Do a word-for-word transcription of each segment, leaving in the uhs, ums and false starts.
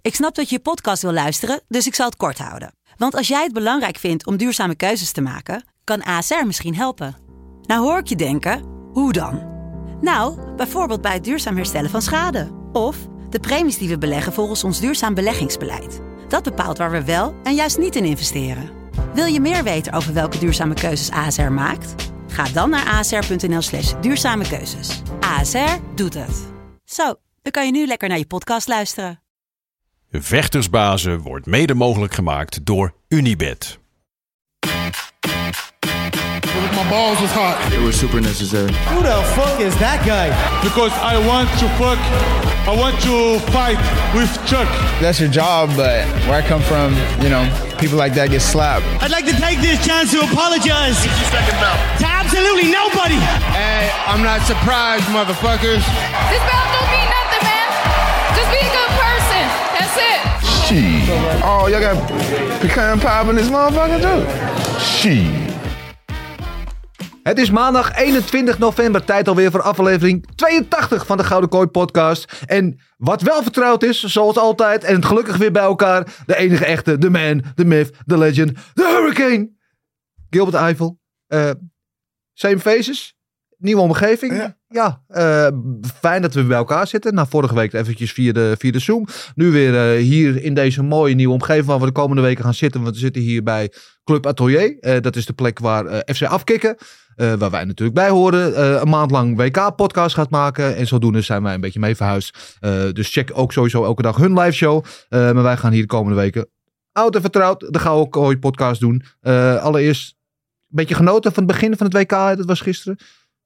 Ik snap dat je je podcast wil luisteren, dus ik zal het kort houden. Want als jij het belangrijk vindt om duurzame keuzes te maken, kan A S R misschien helpen. Nou hoor ik je denken, hoe dan? Nou, bijvoorbeeld bij het duurzaam herstellen van schade. Of de premies die we beleggen volgens ons duurzaam beleggingsbeleid. Dat bepaalt waar we wel en juist niet in investeren. Wil je meer weten over welke duurzame keuzes A S R maakt? Ga dan naar asr.nl slash duurzame keuzes. A S R doet het. Zo, dan kan je nu lekker naar je podcast luisteren. Vechtersbazen wordt mede mogelijk gemaakt door Unibet. My balls was hot. It was super necessary. Who the fuck is that guy? Because I want to fuck, I want to fight with Chuck. That's your job, but where I come from, you know, people like that get slapped. I'd like to take this chance to apologize to absolutely nobody. Hey, I'm not surprised, motherfuckers. This belt don't mean nothing, man. Just be a good person. That's it. Shit. Oh, y'all got pecan pie in this motherfucker too? Shit. Het is maandag eenentwintig november, tijd alweer voor aflevering tweeëntachtig van de Gouden Kooi podcast. En wat wel vertrouwd is, zoals altijd, en het gelukkig weer bij elkaar, de enige echte, de man, de myth, de legend, de hurricane. Gilbert Eiffel. Uh, same faces, nieuwe omgeving. Ja, ja uh, fijn dat we bij elkaar zitten. Nou, vorige week eventjes via de, via de Zoom. Nu weer uh, hier in deze mooie nieuwe omgeving waar we de komende weken gaan zitten. Want we zitten hier bij Club Atelier. Uh, dat is de plek waar uh, F C Afkikken, Uh, waar wij natuurlijk bij horen, uh, een maand lang W K-podcast gaat maken. En zodoende zijn wij een beetje mee verhuisd. Uh, dus check ook sowieso elke dag hun live show. Uh, maar wij gaan hier de komende weken oud en vertrouwd de Gouden Kooi podcast doen. Uh, allereerst een beetje genoten van het begin van het W K. Dat was gisteren.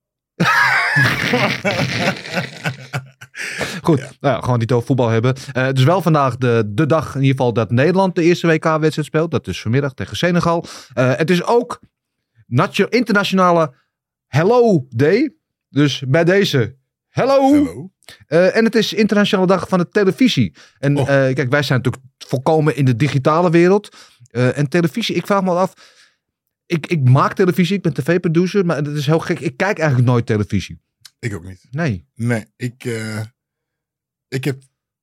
Goed, ja. Nou, gewoon niet over voetbal hebben. Uh, het is wel vandaag de, de dag in ieder geval dat Nederland de eerste W K-wedstrijd speelt. Dat is vanmiddag tegen Senegal. Uh, het is ook Nation- internationale Hello Day. Dus bij deze, hello. Hello. Uh, en het is internationale dag van de televisie. En oh. uh, kijk, wij zijn natuurlijk volkomen in de digitale wereld. Uh, en televisie, ik vraag me af. Ik, ik maak televisie, ik ben tv-producer, maar dat is heel gek. Ik kijk eigenlijk nooit televisie. Ik ook niet. Nee. Nee, ik, uh, ik heb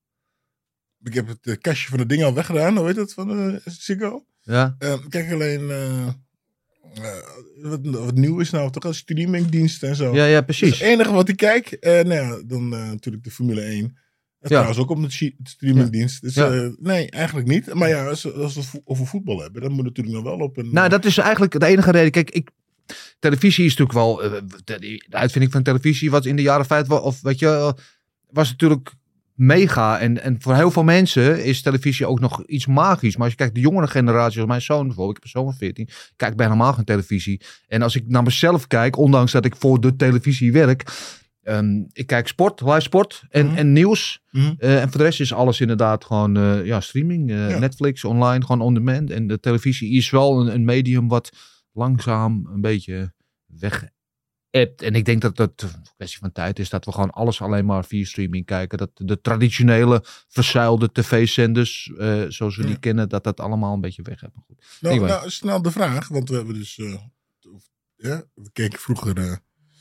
ik heb het uh, kastje van de dingen al weggedaan. Hoe heet dat van uh, Ziggo? Ja. Uh, kijk alleen uh, uh, wat, wat nieuw is nou, toch als streamingdiensten en zo. Ja, ja, precies. Dus het enige wat ik kijk, uh, nou ja, dan uh, natuurlijk de Formule één. Ja. Trouwens ook op de streamingdienst. Dus ja. uh, nee, eigenlijk niet. Maar ja, als, als we het over voetbal hebben, dan moet het natuurlijk nog wel op een... Nou, dat is eigenlijk de enige reden. Kijk, ik, televisie is natuurlijk wel... Uh, de, de uitvinding van televisie was in de jaren vijftig... Of weet je, uh, was natuurlijk mega. En, en voor heel veel mensen is televisie ook nog iets magisch. Maar als je kijkt, de jongere generatie, zoals mijn zoon bijvoorbeeld, ik heb een zoon van veertien, kijk bijna helemaal geen televisie. En als ik naar mezelf kijk, ondanks dat ik voor de televisie werk... Um, ik kijk sport, live sport en, mm-hmm. en nieuws. Mm-hmm. Uh, en voor de rest is alles inderdaad gewoon uh, ja, streaming. Uh, ja. Netflix, online, gewoon on demand. En de televisie is wel een, een medium wat langzaam een beetje weg hebt. En ik denk dat het een kwestie van tijd is dat we gewoon alles alleen maar via streaming kijken. Dat de traditionele verzuilde tv-zenders, uh, zoals we ja. die kennen, dat dat allemaal een beetje weg hebben. Goed. Nou, anyway. nou, snel de vraag, want we hebben dus... Uh, ja, we keken vroeger... Uh,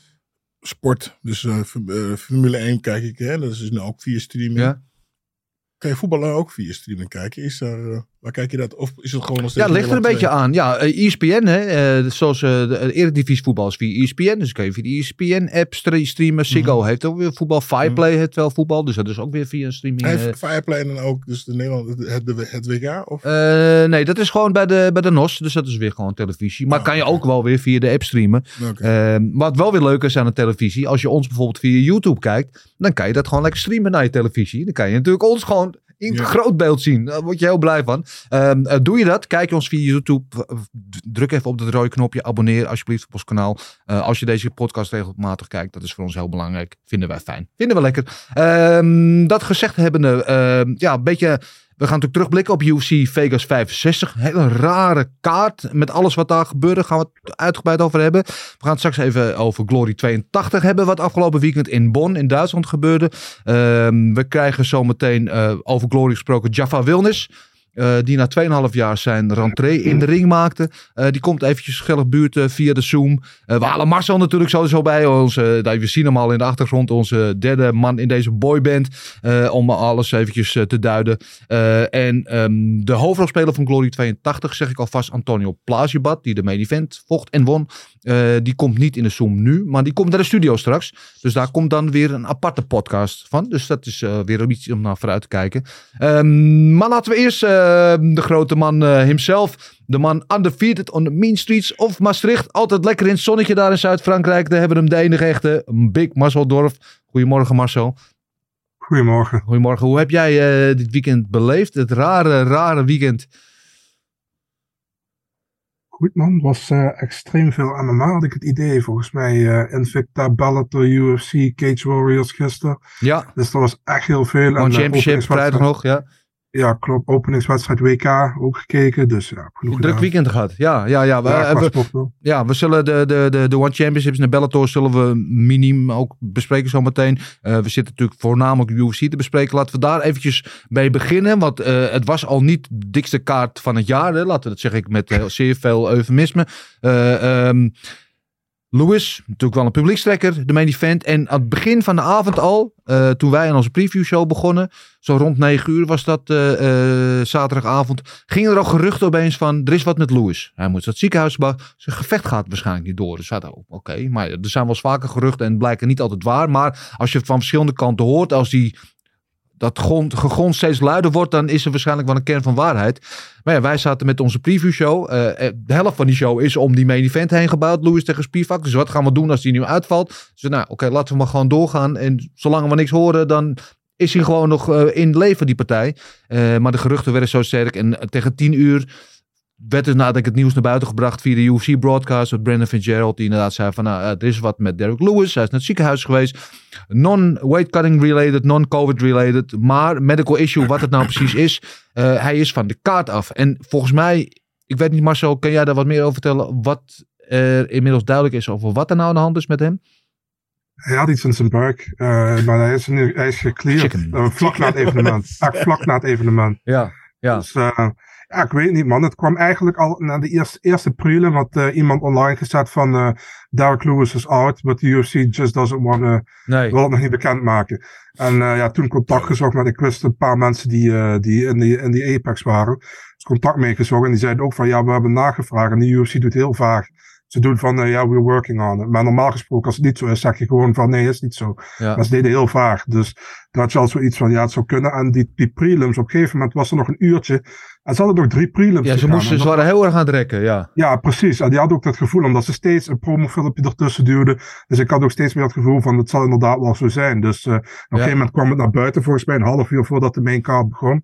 sport, dus uh, Formule één kijk ik, hè? Dat is dus nu ook via streaming. Ja. Kan je voetballen ook via streaming kijken? Is daar, uh, waar kijk je dat? Of is het gewoon nog steeds... Ja, het ligt er een beetje aan. Ja, uh, E S P N, hè? Uh, zoals uh, de Eredivisie voetbal is via E S P N. Dus kan je via de E S P N-app streamen. Ziggo mm-hmm. heeft ook weer voetbal. Fireplay mm-hmm. heeft wel voetbal. Dus dat is ook weer via een streaming. Heeft uh, Fireplay dan ook dus de Nederland, het, het, het W K? Of? Uh, nee, dat is gewoon bij de, bij de N O S. Dus dat is weer gewoon televisie. Maar oh, kan je okay. ook wel weer via de app streamen. Okay. Uh, wat wel weer leuk is aan de televisie. Als je ons bijvoorbeeld via YouTube kijkt, dan kan je dat gewoon lekker streamen naar je televisie. Dan kan je natuurlijk ons gewoon in ja. groot beeld zien. Daar word je heel blij van. Um, uh, doe je dat? Kijk je ons via YouTube. Druk even op dat rode knopje. Abonneer alsjeblieft op ons kanaal. Uh, als je deze podcast regelmatig kijkt. Dat is voor ons heel belangrijk. Vinden wij fijn. Vinden we lekker. Um, dat gezegd hebbende. Uh, ja, een beetje... We gaan natuurlijk terugblikken op U F C Vegas vijfenzestig. Een hele rare kaart. Met alles wat daar gebeurde gaan we het uitgebreid over hebben. We gaan het straks even over Glory tweeëntachtig hebben. Wat afgelopen weekend in Bonn in Duitsland gebeurde. Um, we krijgen zometeen uh, over Glory gesproken Jaffa Wilnis. Uh, die na twee komma vijf jaar zijn rentree in de ring maakte. Uh, die komt eventjes gezellig buurten via de Zoom. Uh, we halen Marcel natuurlijk sowieso bij. Onze, uh, we zien hem al in de achtergrond. Onze derde man in deze boyband. Uh, om alles eventjes uh, te duiden. Uh, en um, de hoofdrolspeler van Glory tweeëntachtig, zeg ik alvast, Antonio Plazibat, die de main event vocht en won. Uh, die komt niet in de Zoom nu, maar die komt naar de studio straks. Dus daar komt dan weer een aparte podcast van. Dus dat is uh, weer iets om naar vooruit te kijken. Um, maar laten we eerst uh, de grote man uh, himself. De man undefeated on the mean streets of Maastricht. Altijd lekker in het zonnetje daar in Zuid-Frankrijk. Daar hebben we hem de enige echte Big Marcel Dorf. Goedemorgen Marcel. Goedemorgen. Goedemorgen. Hoe heb jij uh, dit weekend beleefd? Het rare, rare weekend. Goed man, het was uh, extreem veel M M A, had ik het idee. Volgens mij uh, Invicta, Bellator, U F C, Cage Warriors gisteren. Ja. Dus dat was echt heel veel. One Championship, vrijdag nog, ja. Ja, klopt. Openingswedstrijd W K ook gekeken. Dus ja, genoeg een druk weekend gehad. Ja, ja, ja. We, ja, we, ja, we zullen de, de, de, de One Championships en de Bellator zullen we miniem ook bespreken zometeen. Uh, we zitten natuurlijk voornamelijk U F C te bespreken. Laten we daar eventjes mee beginnen. Want uh, het was al niet de dikste kaart van het jaar. Hè. Laten we dat zeg ik met uh, zeer veel eufemisme. Uh, um, Lewis, natuurlijk wel een publiekstrekker, de main event. En aan het begin van de avond al, uh, toen wij aan onze previewshow begonnen, zo rond negen uur was dat uh, uh, zaterdagavond, gingen er al geruchten opeens van, er is wat met Lewis. Hij moet het ziekenhuis, zijn gevecht gaat waarschijnlijk niet door. Dus we oké, okay, maar er zijn wel eens vaker geruchten en blijken niet altijd waar. Maar als je het van verschillende kanten hoort, als die dat gegons steeds luider wordt, dan is er waarschijnlijk wel een kern van waarheid. Maar ja, wij zaten met onze previewshow. Uh, de helft van die show is om die main event heen gebouwd. Lewis tegen Spivak. Dus wat gaan we doen als die nu uitvalt? Dus nou, oké, okay, laten we maar gewoon doorgaan. En zolang we niks horen, dan is hij gewoon nog uh, in leven, die partij. Uh, maar de geruchten werden zo sterk. En uh, tegen tien uur werd dus nadat het nieuws naar buiten gebracht via de U F C broadcast met Brandon Fitzgerald, die inderdaad zei van, nou, uh, er is wat met Derek Lewis. Hij is naar het ziekenhuis geweest. Non-weight cutting related, non-covid related, maar medical issue, wat het nou precies is. Uh, hij is van de kaart af. En volgens mij, ik weet niet Marcel, kan jij daar wat meer over vertellen, wat er inmiddels duidelijk is over wat er nou aan de hand is met hem? Hij had iets in zijn buik, uh, maar hij is, nu, hij is gecleared. Uh, vlak na het evenement. Ach, vlak na het evenement. Ja, ja. Dus, uh, ja, ik weet niet man. Het kwam eigenlijk al na de eerste, eerste prelim. Had uh, iemand online gezet van uh, Derek Lewis is out, but the U F C just doesn't want to, nee. wil het nog niet bekendmaken. En uh, ja, toen contact gezocht met, ik wist een paar mensen die, uh, die in die, in die Apex waren. Dus contact meegezocht en die zeiden ook van ja, we hebben nagevraagd en de U F C doet heel vaag. Ze doen van, ja, uh, yeah, we're working on it. Maar normaal gesproken, als het niet zo is, zeg je gewoon van, nee, is niet zo. Ja. Maar ze deden heel vaag. Dus daar had je al zoiets van, ja, het zou kunnen. En die, die prelims, op een gegeven moment was er nog een uurtje. En ze hadden nog drie prelims. Ja, ze, moesten, ze waren heel erg aan het rekken, ja. Ja, precies. En die hadden ook dat gevoel, omdat ze steeds een promofilmpje ertussen duwden. Dus ik had ook steeds meer het gevoel van, het zal inderdaad wel zo zijn. Dus uh, op een ja. gegeven moment kwam het naar buiten, volgens mij een half uur voordat de main card begon.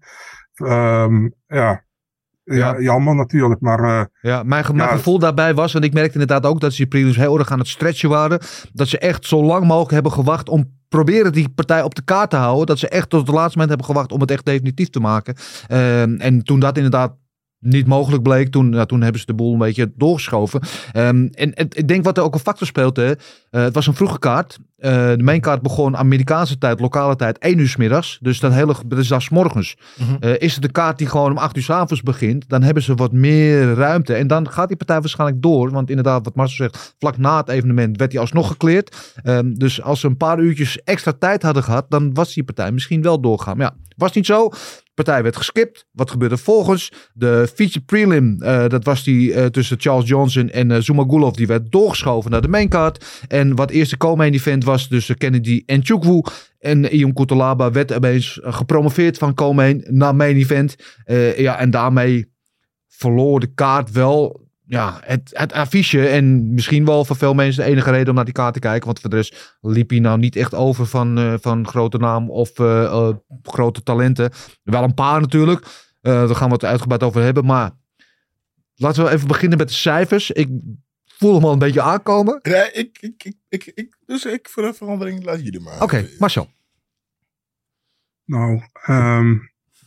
Um, ja. Ja, ja, jammer natuurlijk, maar... Uh, ja, mijn, ja, mijn gevoel daarbij was, want ik merkte inderdaad ook dat ze die prelims heel erg aan het stretchen waren, dat ze echt zo lang mogelijk hebben gewacht om proberen die partij op de kaart te houden, dat ze echt tot het laatste moment hebben gewacht om het echt definitief te maken. Uh, en toen dat inderdaad niet mogelijk bleek, toen, nou, toen hebben ze de boel een beetje doorgeschoven. Um, en, en ik denk wat er ook een factor speelt, hè. Uh, het was een vroege kaart. Uh, de mainkaart begon Amerikaanse tijd, lokale tijd, één uur 's middags. Dus dat, hele, dat is daar 's morgens. Uh-huh. Uh, is het de kaart die gewoon om acht uur 's avonds begint, dan hebben ze wat meer ruimte. En dan gaat die partij waarschijnlijk door. Want inderdaad, wat Marcel zegt, vlak na het evenement werd hij alsnog gekleerd. Um, dus als ze een paar uurtjes extra tijd hadden gehad, dan was die partij misschien wel doorgaan. Maar ja, was niet zo. De partij werd geskipt. Wat gebeurde volgens? De feature prelim, uh, dat was die uh, tussen Charles Johnson en uh, Zumagulov, die werd doorgeschoven naar de maincard. En wat eerst de co-main event was, dus Kennedy en Chukwu. En Ion Cutelaba werd opeens gepromoveerd van co-main naar main event. Uh, ja, en daarmee verloor de kaart wel ja, het, het affiche. En misschien wel voor veel mensen de enige reden om naar die kaart te kijken. Want voor de rest liep hij nou niet echt over van, uh, van grote naam of uh, uh, grote talenten. Wel een paar natuurlijk. Uh, daar gaan we het uitgebreid over hebben. Maar laten we even beginnen met de cijfers. Ik voel hem al een beetje aankomen. Ja, ik, ik, ik, ik, ik, dus ik voor de verandering laat jullie maar. Oké, okay, Marcel. Nou, um,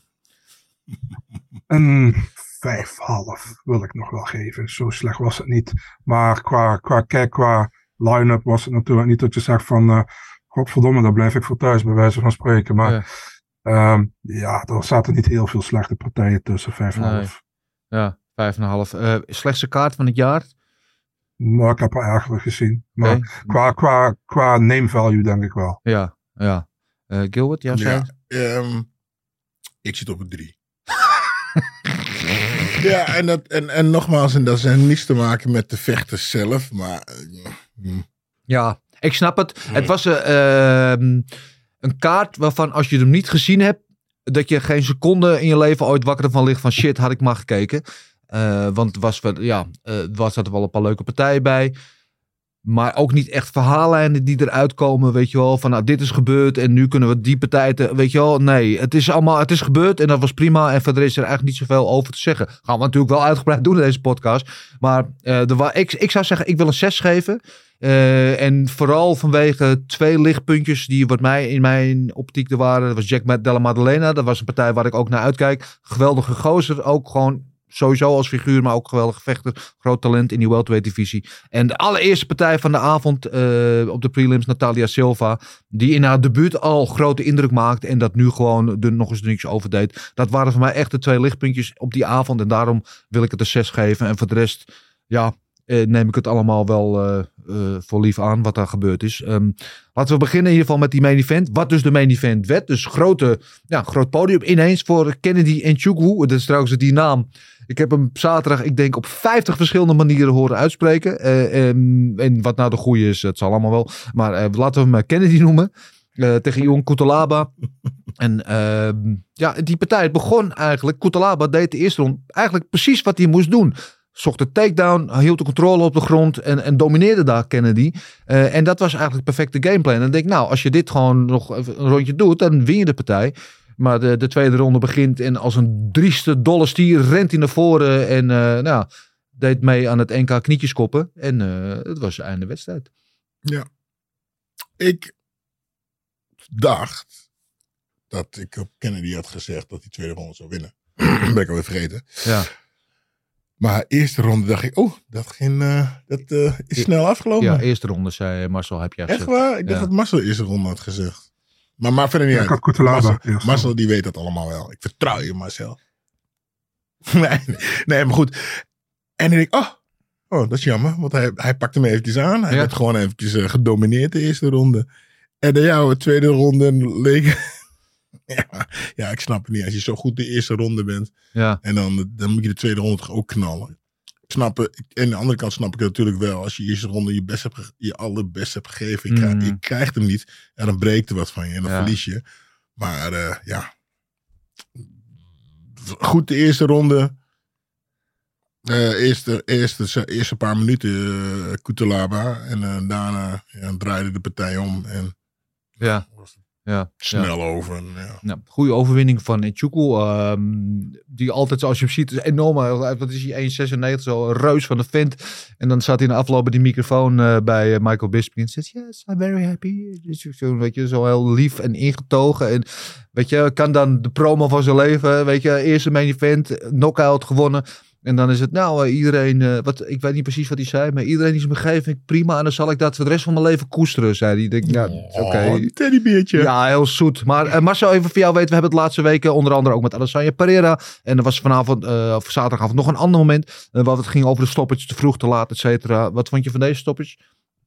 een vijf komma vijf wil ik nog wel geven. Zo slecht was het niet. Maar qua, qua kijk, qua line-up was het natuurlijk niet dat je zegt van, uh, godverdomme, daar blijf ik voor thuis bij wijze van spreken. Maar Um, ja, er zaten niet heel veel slechte partijen tussen, vijf komma vijf. Nee. Ja, vijf komma vijf. Uh, slechtste kaart van het jaar? Nou, ik heb wel erger gezien. Maar okay. qua, qua, qua name value denk ik wel. Ja, ja. Uh, Gilbert, jouw ja, um, ik zit op een drie. ja, en, dat, en, en nogmaals, en dat heeft niets te maken met de vechters zelf, maar... Uh, mm. Ja, ik snap het. Mm. Het was uh, uh, een kaart waarvan als je hem niet gezien hebt, dat je geen seconde in je leven ooit wakker van ligt van shit, had ik maar gekeken. Uh, want er was, ja, uh, was er wel een paar leuke partijen bij. Maar ook niet echt verhaallijnen die eruit komen, weet je wel. Van nou, dit is gebeurd en nu kunnen we die partij, te, weet je wel. Nee, het is allemaal, het is gebeurd en dat was prima. En verder is er eigenlijk niet zoveel over te zeggen. Gaan we natuurlijk wel uitgebreid doen in deze podcast. Maar uh, de, ik, ik zou zeggen, ik wil een zes geven. Uh, en vooral vanwege twee lichtpuntjes die wat mij in mijn optiek er waren. Dat was Jack Della Maddalena. Dat was een partij waar ik ook naar uitkijk. Geweldige gozer, ook gewoon... Sowieso als figuur, maar ook geweldig vechter. Groot talent in die welterweight divisie. En de allereerste partij van de avond uh, op de prelims, Natalia Silva. Die in haar debuut al grote indruk maakte. En dat nu gewoon er nog eens niks over deed. Dat waren voor mij echt de twee lichtpuntjes op die avond. En daarom wil ik het een zes geven. En voor de rest, ja, uh, neem ik het allemaal wel uh, uh, voor lief aan wat daar gebeurd is. Um, laten we beginnen in ieder geval met die main event. Wat dus de main event werd. Dus grote, ja, groot podium ineens voor Kennedy Nzechukwu. Dat is trouwens die naam. Ik heb hem zaterdag, ik denk, op vijftig verschillende manieren horen uitspreken. Uh, um, en wat nou de goede is, het zal allemaal wel. Maar uh, laten we hem Kennedy noemen. Uh, tegen Ion Cutelaba. En uh, ja, die partij begon eigenlijk. Cutelaba deed de eerste ronde eigenlijk precies wat hij moest doen. Zocht de takedown, hield de controle op de grond en, en domineerde daar Kennedy. Uh, en dat was eigenlijk perfecte gameplan. En dan denk ik, nou, als je dit gewoon nog een rondje doet, dan win je de partij. Maar de, de tweede ronde begint en als een drieste dolle stier rent hij naar voren en uh, nou, deed mee aan het N K knietjes koppen. En uh, het was einde wedstrijd. Ja. Ik dacht dat ik op Kennedy had gezegd dat die tweede ronde zou winnen. ben ik alweer vergeten. Ja. Maar eerste ronde dacht ik, oh, dat, ging, uh, dat uh, is snel afgelopen. Ja, eerste ronde zei Marcel, heb jij gezegd. Echt waar? Ik dacht ja. dat Marcel de eerste ronde had gezegd. Maar maakt verder niet ja, uit. Marcel, Marcel die weet dat allemaal wel. Ik vertrouw je, Marcel. nee, nee, maar goed. En dan denk ik, oh, oh, dat is jammer. Want hij, hij pakte me eventjes aan. Hij ja. werd gewoon eventjes uh, gedomineerd de eerste ronde. En dan jouw de tweede ronde leek... ja, ja, ik snap het niet. Als je zo goed de eerste ronde bent. Ja. En dan, dan moet je de tweede ronde toch ook knallen. Ik snap het. En aan de andere kant snap ik het natuurlijk wel. Als je de eerste ronde je, best hebt, je allerbest hebt gegeven. Je, krijg, mm. je krijgt hem niet. En dan breekt er wat van je. En dan ja. verlies je. Maar uh, ja. Goed de eerste ronde. Uh, eerste, eerste, eerste paar minuten. Uh, Cutelaba. En uh, daarna ja, draaide de partij om. En ja. Ja, snel ja. over. Ja. Ja, goede overwinning van Nzechukwu. Um, die altijd, zoals je hem ziet, is enorm. Wat is hij? één komma zesennegentig, zo een reus van de vent. En dan staat hij in de afloop bij die microfoon uh, bij uh, Michael Bisping. En zegt, yes, I'm very happy. Zo, weet je, zo heel lief en ingetogen. En weet je, kan dan de promo van zijn leven. Weet je, eerste main event, knockout gewonnen. En dan is het, nou, uh, iedereen, uh, wat, ik weet niet precies wat hij zei, maar iedereen is me gegeven, prima. En dan zal ik dat voor de rest van mijn leven koesteren, zei hij. Ik denk, ja, oké. Okay. Oh, teddybeertje. Ja, heel zoet. Maar uh, Marcel, even voor jou weten, we hebben het laatste weken onder andere ook met Adesanya Pereira. En er was vanavond, uh, of zaterdagavond, nog een ander moment, uh, waar het ging over de stoppage, te vroeg, te laat, et cetera. Wat vond je van deze stoppage?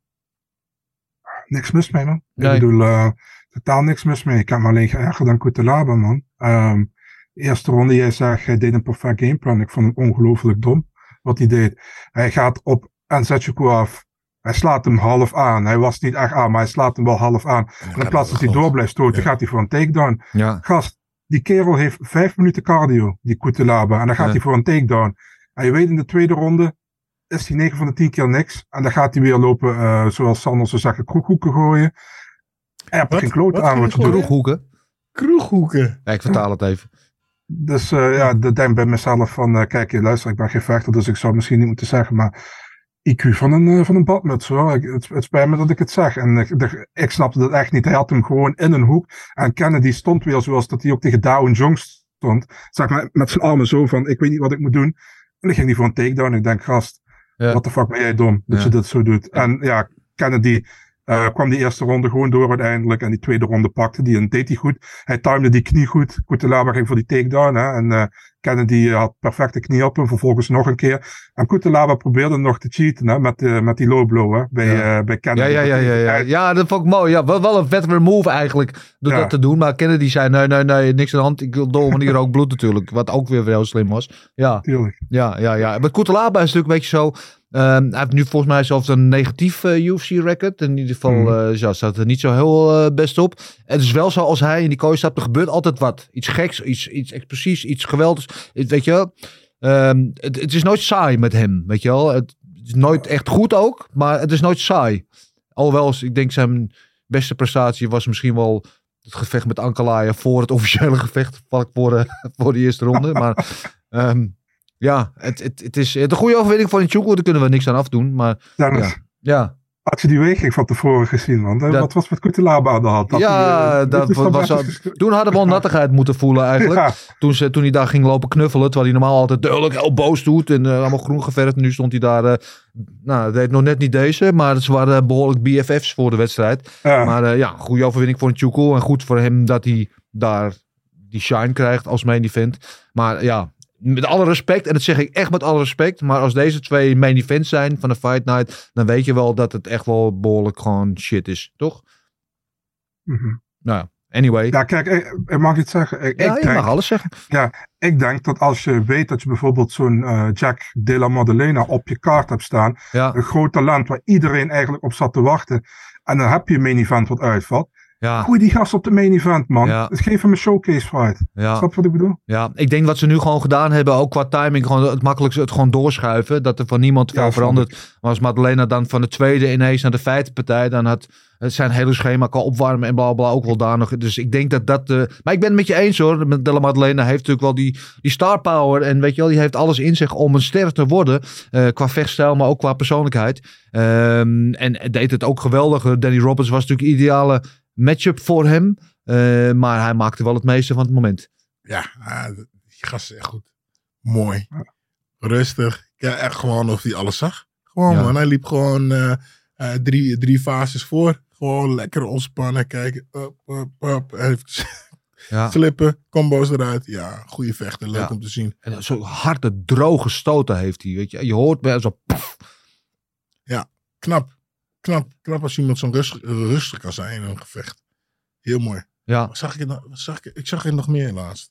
Niks mis mee, man. Nee. Ik bedoel, uh, totaal niks mis mee. Ik heb me alleen geërgerd dan Cutelaba, man. Um, Eerste ronde, jij zegt, hij deed een perfect gameplan. Ik vond hem ongelooflijk dom wat hij deed. Hij gaat op Nzechukwu af. Hij slaat hem half aan. Hij was niet echt aan, maar hij slaat hem wel half aan. En, en in plaats dat hij door blijft stoten, ja. gaat hij voor een takedown. Ja. Gast, die kerel heeft vijf minuten cardio, die Cutelaba. En dan gaat ja. hij voor een takedown. En je weet in de tweede ronde is hij negen van de tien keer niks. En dan gaat hij weer lopen, uh, zoals Sander zou zeggen, kroeghoeken gooien. Hij heeft geen kloot aan wat je doet. Kroeghoeken? Kroeghoeken. Ja, ik vertaal het even. Dus uh, ja, dat denk bij mezelf van, uh, kijk, luister, ik ben geen vechter, dus ik zou misschien niet moeten zeggen, maar I Q van een, uh, van een badmuts, hoor. Ik, het, het spijt me dat ik het zeg. En uh, de, ik snapte dat echt niet. Hij had hem gewoon in een hoek. En Kennedy stond weer zoals dat hij ook tegen Dow Jong stond. Zeg maar, met zijn armen zo van, ik weet niet wat ik moet doen. En dan ging hij voor een takedown. Ik denk, gast, ja. wat de fuck ben jij dom, dat ja. je dit zo doet. Ja. En ja, Kennedy Uh, kwam die eerste ronde gewoon door uiteindelijk. En die tweede ronde pakte die en deed hij goed. Hij timde die knie goed. Cutelaba ging voor die takedown. Hè? En uh, Kennedy had perfecte knie op hem. Vervolgens nog een keer. En Cutelaba probeerde nog te cheaten. Hè? Met, uh, met die low blow hè? Bij, ja. uh, bij Kennedy. Ja, ja, ja, ja, ja. ja, dat vond ik mooi. Ja, wel, wel een veteran move eigenlijk. Door ja. dat te doen. Maar Kennedy zei nee, nee, nee. Niks aan de hand. Ik wil door manier ook bloed natuurlijk. Wat ook weer heel slim was. Ja, tuurlijk. Ja, ja, ja. Maar Cutelaba is natuurlijk een beetje zo... Um, hij heeft nu volgens mij zelfs een negatief uh, U F C-record. In ieder geval mm. uh, ja, staat er niet zo heel uh, best op. Het is wel zo als hij in die kooi stapt, er gebeurt altijd wat. Iets geks, iets, iets explosiefs, iets geweldigs. Het, weet je wel, um, het, het is nooit saai met hem, weet je wel. Het is nooit echt goed ook, maar het is nooit saai. Alhoewel, ik denk zijn beste prestatie was misschien wel het gevecht met Ankalaev voor het officiële gevecht, vlak voor de, voor de eerste ronde. Maar... Um, Ja, het, het, het is een goede overwinning voor Nchukwu, daar kunnen we niks aan afdoen. Maar ja, ja. ja. Had je die weging van tevoren gezien, man? Dat, wat was met Cutelaba aan de hand? Dat ja, die, uh, dat was al, toen hadden we al nattigheid moeten voelen eigenlijk. Ja. Toen, ze, toen hij daar ging lopen knuffelen, terwijl hij normaal altijd duidelijk heel boos doet. En uh, allemaal groen geverfd. Nu stond hij daar, uh, nou, dat deed nog net niet deze. Maar ze waren behoorlijk B F F's voor de wedstrijd. Ja. Maar uh, ja, goede overwinning voor Nchukwu. En goed voor hem dat hij daar die shine krijgt als main event. Maar ja... Met alle respect, en dat zeg ik echt met alle respect, maar als deze twee main events zijn van de Fight Night, dan weet je wel dat het echt wel behoorlijk gewoon shit is, toch? Mm-hmm. Nou, anyway. Ja, kijk, ik, ik mag iets zeggen. Ik, ja, ik je denk, mag alles zeggen. Ja, ik denk dat als je weet dat je bijvoorbeeld zo'n uh, Jack Della Maddalena op je kaart hebt staan, ja. een groot talent waar iedereen eigenlijk op zat te wachten, en dan heb je een main event wat uitvalt. Ja. Gooi die gast op de main event, man. Ja. Geef hem een showcase fight. Ja. Snap je wat ik bedoel? Ja, ik denk wat ze nu gewoon gedaan hebben, ook qua timing, gewoon het makkelijkste, het gewoon doorschuiven. Dat er van niemand veel ja, verandert. Maar als Maddalena dan van de tweede ineens naar de vijfde partij, dan had het zijn hele schema kan opwarmen en bla bla ook wel daar nog. Dus ik denk dat dat... Uh, maar ik ben het met je eens hoor. Della Maddalena heeft natuurlijk wel die, die star power. En weet je wel, die heeft alles in zich om een ster te worden. Uh, qua vechtstijl, maar ook qua persoonlijkheid. Um, en deed het ook geweldig. Danny Roberts was natuurlijk ideale matchup voor hem. Uh, maar hij maakte wel het meeste van het moment. Ja, uh, die gast is echt goed. Mooi. Rustig. Ja, echt gewoon of hij alles zag. Gewoon ja. man, hij liep gewoon uh, uh, drie, drie fases voor. Gewoon lekker ontspannen, kijken. Up, up, up. Even ja. slippen, combo's eruit. Ja, goede vechter, leuk ja. om te zien. En zo harde, droge stoten heeft hij. Weet je, je hoort bij zo. Pff. Ja, knap. Knap, knap als iemand zo rust, rustig kan zijn in een gevecht. Heel mooi. Ja. Wat zag ik, nog, wat zag ik, ik zag er nog meer laatst.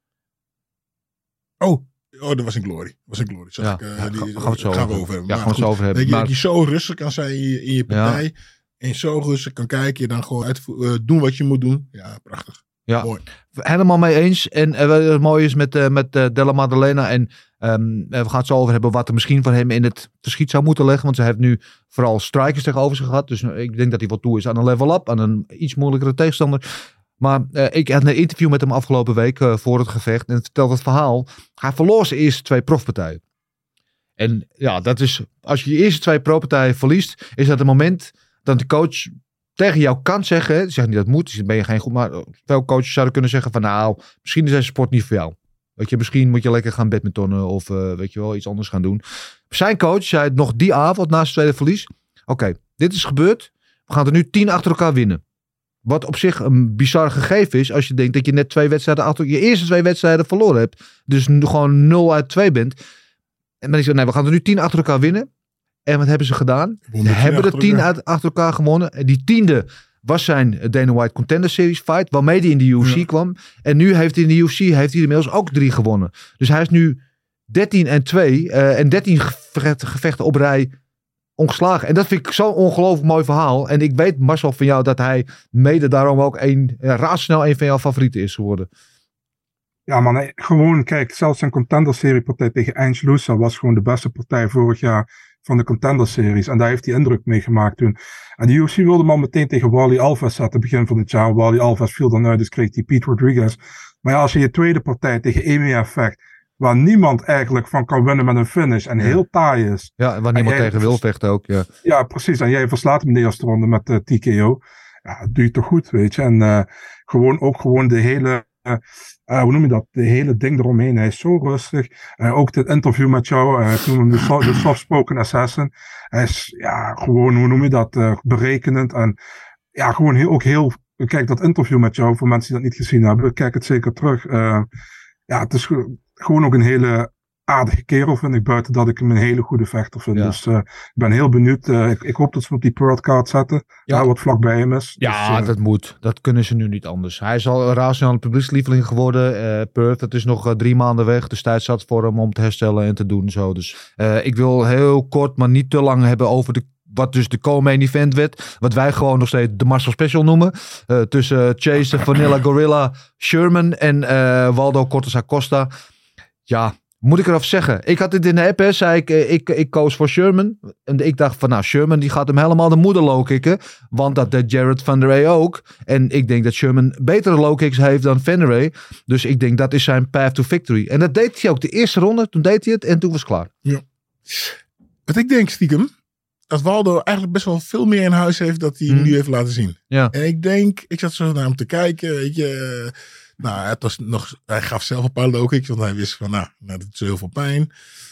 Oh, oh, dat was een Glory. Dat was een Glory. Zag ja. ik, uh, ja, die, gaan we het zo gaan over we over hebben. Ja, gaan we het zo over hebben. Dat je, maar... dat je zo rustig kan zijn in je, in je partij. Ja. En je zo rustig kan kijken. Je dan gewoon uitvo- uh, doen wat je moet doen. Ja, prachtig. Ja, mooi. Helemaal mee eens. En uh, het mooie is met, uh, met uh, Della Maddalena. En um, we gaan het zo over hebben wat er misschien van hem in het verschiet zou moeten leggen. Want ze heeft nu vooral strikers tegenover zich gehad. Dus uh, ik denk dat hij wat toe is aan een level up. Aan een iets moeilijkere tegenstander. Maar uh, ik had een interview met hem afgelopen week uh, voor het gevecht. En het vertelt het verhaal. Hij verloor zijn eerste twee profpartijen. En ja, dat is... Als je je eerste twee profpartijen verliest, is dat het moment dat de coach tegen jou kan zeggen, hè, zeg niet dat het moet, ben je geen goed, maar veel coaches zouden kunnen zeggen van nou, misschien is deze sport niet voor jou. Weet je, misschien moet je lekker gaan badmintonnen of uh, weet je wel, iets anders gaan doen. Zijn coach zei nog die avond na zijn tweede verlies, oké, okay, dit is gebeurd, we gaan er nu tien achter elkaar winnen. Wat op zich een bizar gegeven is als je denkt dat je net twee wedstrijden achter je eerste twee wedstrijden verloren hebt. Dus nu gewoon nul uit twee bent. En dan is het, nee, we gaan er nu tien achter elkaar winnen. En wat hebben ze gedaan? Ze hebben er tien uit, achter elkaar gewonnen. En die tiende was zijn Dana White Contender Series fight, waarmee hij in de U F C ja. kwam. En nu heeft hij in de U F C heeft hij inmiddels ook drie gewonnen. Dus hij is nu dertien en twee uh, en dertien gevechten op rij ongeslagen. En dat vind ik zo'n ongelooflijk mooi verhaal. En ik weet, Marcel, van jou dat hij mede daarom ook een, uh, razendsnel een van jouw favorieten is geworden. Ja man, nee, gewoon kijk, zelfs zijn Contender Serie partij tegen Ange Loosa was gewoon de beste partij vorig jaar van de Contender Series. En daar heeft hij indruk mee gemaakt toen. En de U F C wilde hem al meteen tegen Wally Alves zetten, begin van het jaar. Wally Alves viel dan uit, dus kreeg hij Pete Rodriguez. Maar ja, als je je tweede partij tegen E M E F vecht, waar niemand eigenlijk van kan winnen met een finish en ja. heel taai is. Ja, waar niemand tegen wil vechten ook, ja. Ja, precies. En jij verslaat hem in de eerste ronde met uh, T K O. Ja, dat doe je toch goed, weet je. En uh, gewoon ook gewoon de hele uh, hoe noem je dat, de hele ding eromheen. Hij is zo rustig. Uh, ook dit interview met jou, uh, ik noem hem de, so- de soft-spoken assassin. Hij is ja, gewoon, hoe noem je dat, uh, berekenend en ja, gewoon heel, ook heel, kijk dat interview met jou, voor mensen die dat niet gezien hebben, kijk het zeker terug. Uh, ja, het is go- gewoon ook een hele aardige kerel, vind ik, buiten dat ik hem een hele goede vechter vind. Ja. Dus uh, ik ben heel benieuwd. Uh, ik, ik hoop dat ze hem op die Pearl card zetten. Ja. Uh, wat vlakbij hem is. Ja, dus, uh, dat moet. Dat kunnen ze nu niet anders. Hij is al een rationale publiekslieveling geworden. Uh, Perth, het is nog uh, drie maanden weg. Dus tijd zat voor hem om te herstellen en te doen. Zo. Dus uh, ik wil heel kort, maar niet te lang hebben over de wat dus de co-main event werd. Wat wij gewoon nog steeds de Marcel Special noemen. Uh, tussen Chase, Vanilla Gorilla, Sherman en uh, Waldo Cortes Acosta. Ja, moet ik eraf zeggen. Ik had het in de app, hè, zei ik, ik, ik koos voor Sherman. En ik dacht van, nou, Sherman die gaat hem helemaal de moeder low kicken. Want dat deed Jared Van Der Rey ook. En ik denk dat Sherman betere low kicks heeft dan Van Der Rey. Dus ik denk dat is zijn path to victory. En dat deed hij ook de eerste ronde. Toen deed hij het en toen was het klaar. Ja. Wat ik denk stiekem, dat Waldo eigenlijk best wel veel meer in huis heeft dat hij hmm. nu heeft laten zien. Ja. En ik denk, ik zat zo naar hem te kijken, weet je. Nou, het was nog, hij gaf zelf een paar low kicks, want hij wist van, nou, nou dat doet heel veel pijn.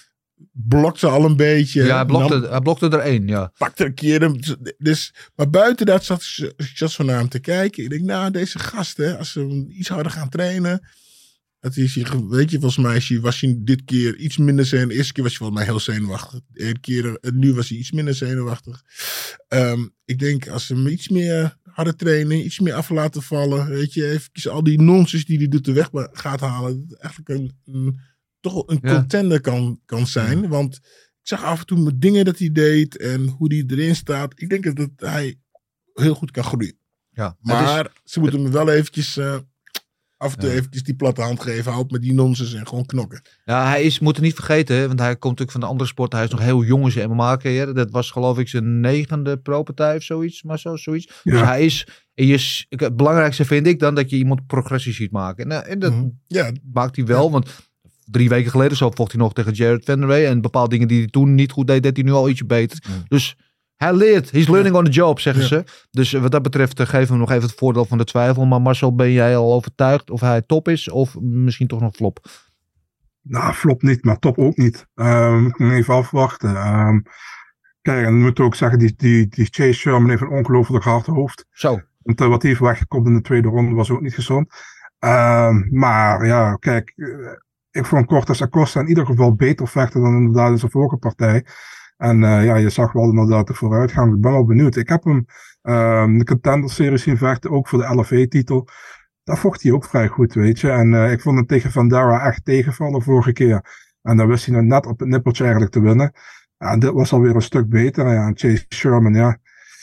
Blokte al een beetje. Ja, hij blokte, nam, hij blokte er één, ja. Pakte een keer. Dus, maar buiten dat zat ik zat zo naar hem te kijken. Ik denk, nou, deze gast, hè, als ze iets harder gaan trainen. Dat is hier, weet je, volgens mij was hij dit keer iets minder zenuwachtig. De eerste keer was hij volgens mij heel zenuwachtig. De eerste keer, nu was hij iets minder zenuwachtig. Um, ik denk, als ze hem iets meer harder trainen, iets meer af laten vallen, weet je, even al die nonsens die hij doet de weg gaat halen, dat het eigenlijk een, een, toch een ja. contender kan, kan zijn. Want ik zag af en toe met dingen dat hij deed en hoe hij erin staat. Ik denk dat, dat hij heel goed kan groeien. Ja, maar is, ze moeten hem wel eventjes Uh, af en toe ja. eventjes die platte hand geven. Houd met die nonsens en gewoon knokken. Ja, hij is, moet er niet vergeten. Hè, want hij komt natuurlijk van de andere sport. Hij is nog heel jong in zijn M M A-carrière. Dat was geloof ik zijn negende pro-partij of zoiets. Maar zo, zoiets. Ja. Dus hij is, is... Het belangrijkste vind ik dan dat je iemand progressie ziet maken. En, en dat mm-hmm. ja. maakt hij wel. Want drie weken geleden zo vocht hij nog tegen Jared Van Der Rey. En bepaalde dingen die hij toen niet goed deed, deed hij nu al ietsje beter. Mm. Dus hij leert. He's learning on the job, zeggen ja. ze. Dus wat dat betreft uh, geven we hem nog even het voordeel van de twijfel. Maar Marcel, ben jij al overtuigd of hij top is? Of misschien toch nog flop? Nou, flop niet, maar top ook niet. Um, ik moet even afwachten. Um, kijk, en dan moet ik ook zeggen, die, die, die Chase Sherman heeft een ongelooflijk hard hoofd. Zo. Want uh, wat hij heeft weggekomen in de tweede ronde was ook niet gezond. Um, maar ja, kijk, uh, ik vond Cortes Acosta in ieder geval beter vechten dan inderdaad in zijn vorige partij. En uh, ja, je zag wel inderdaad de vooruitgang. Ik ben wel benieuwd. Ik heb hem uh, de Contender-serie zien vechten, ook voor de L F A-titel. Daar vocht hij ook vrij goed, weet je. En uh, ik vond hem tegen Vandera echt tegenvallen vorige keer. En dan wist hij nou net op het nippertje eigenlijk te winnen. En dit was alweer een stuk beter. Ja, en Chase Sherman, ja.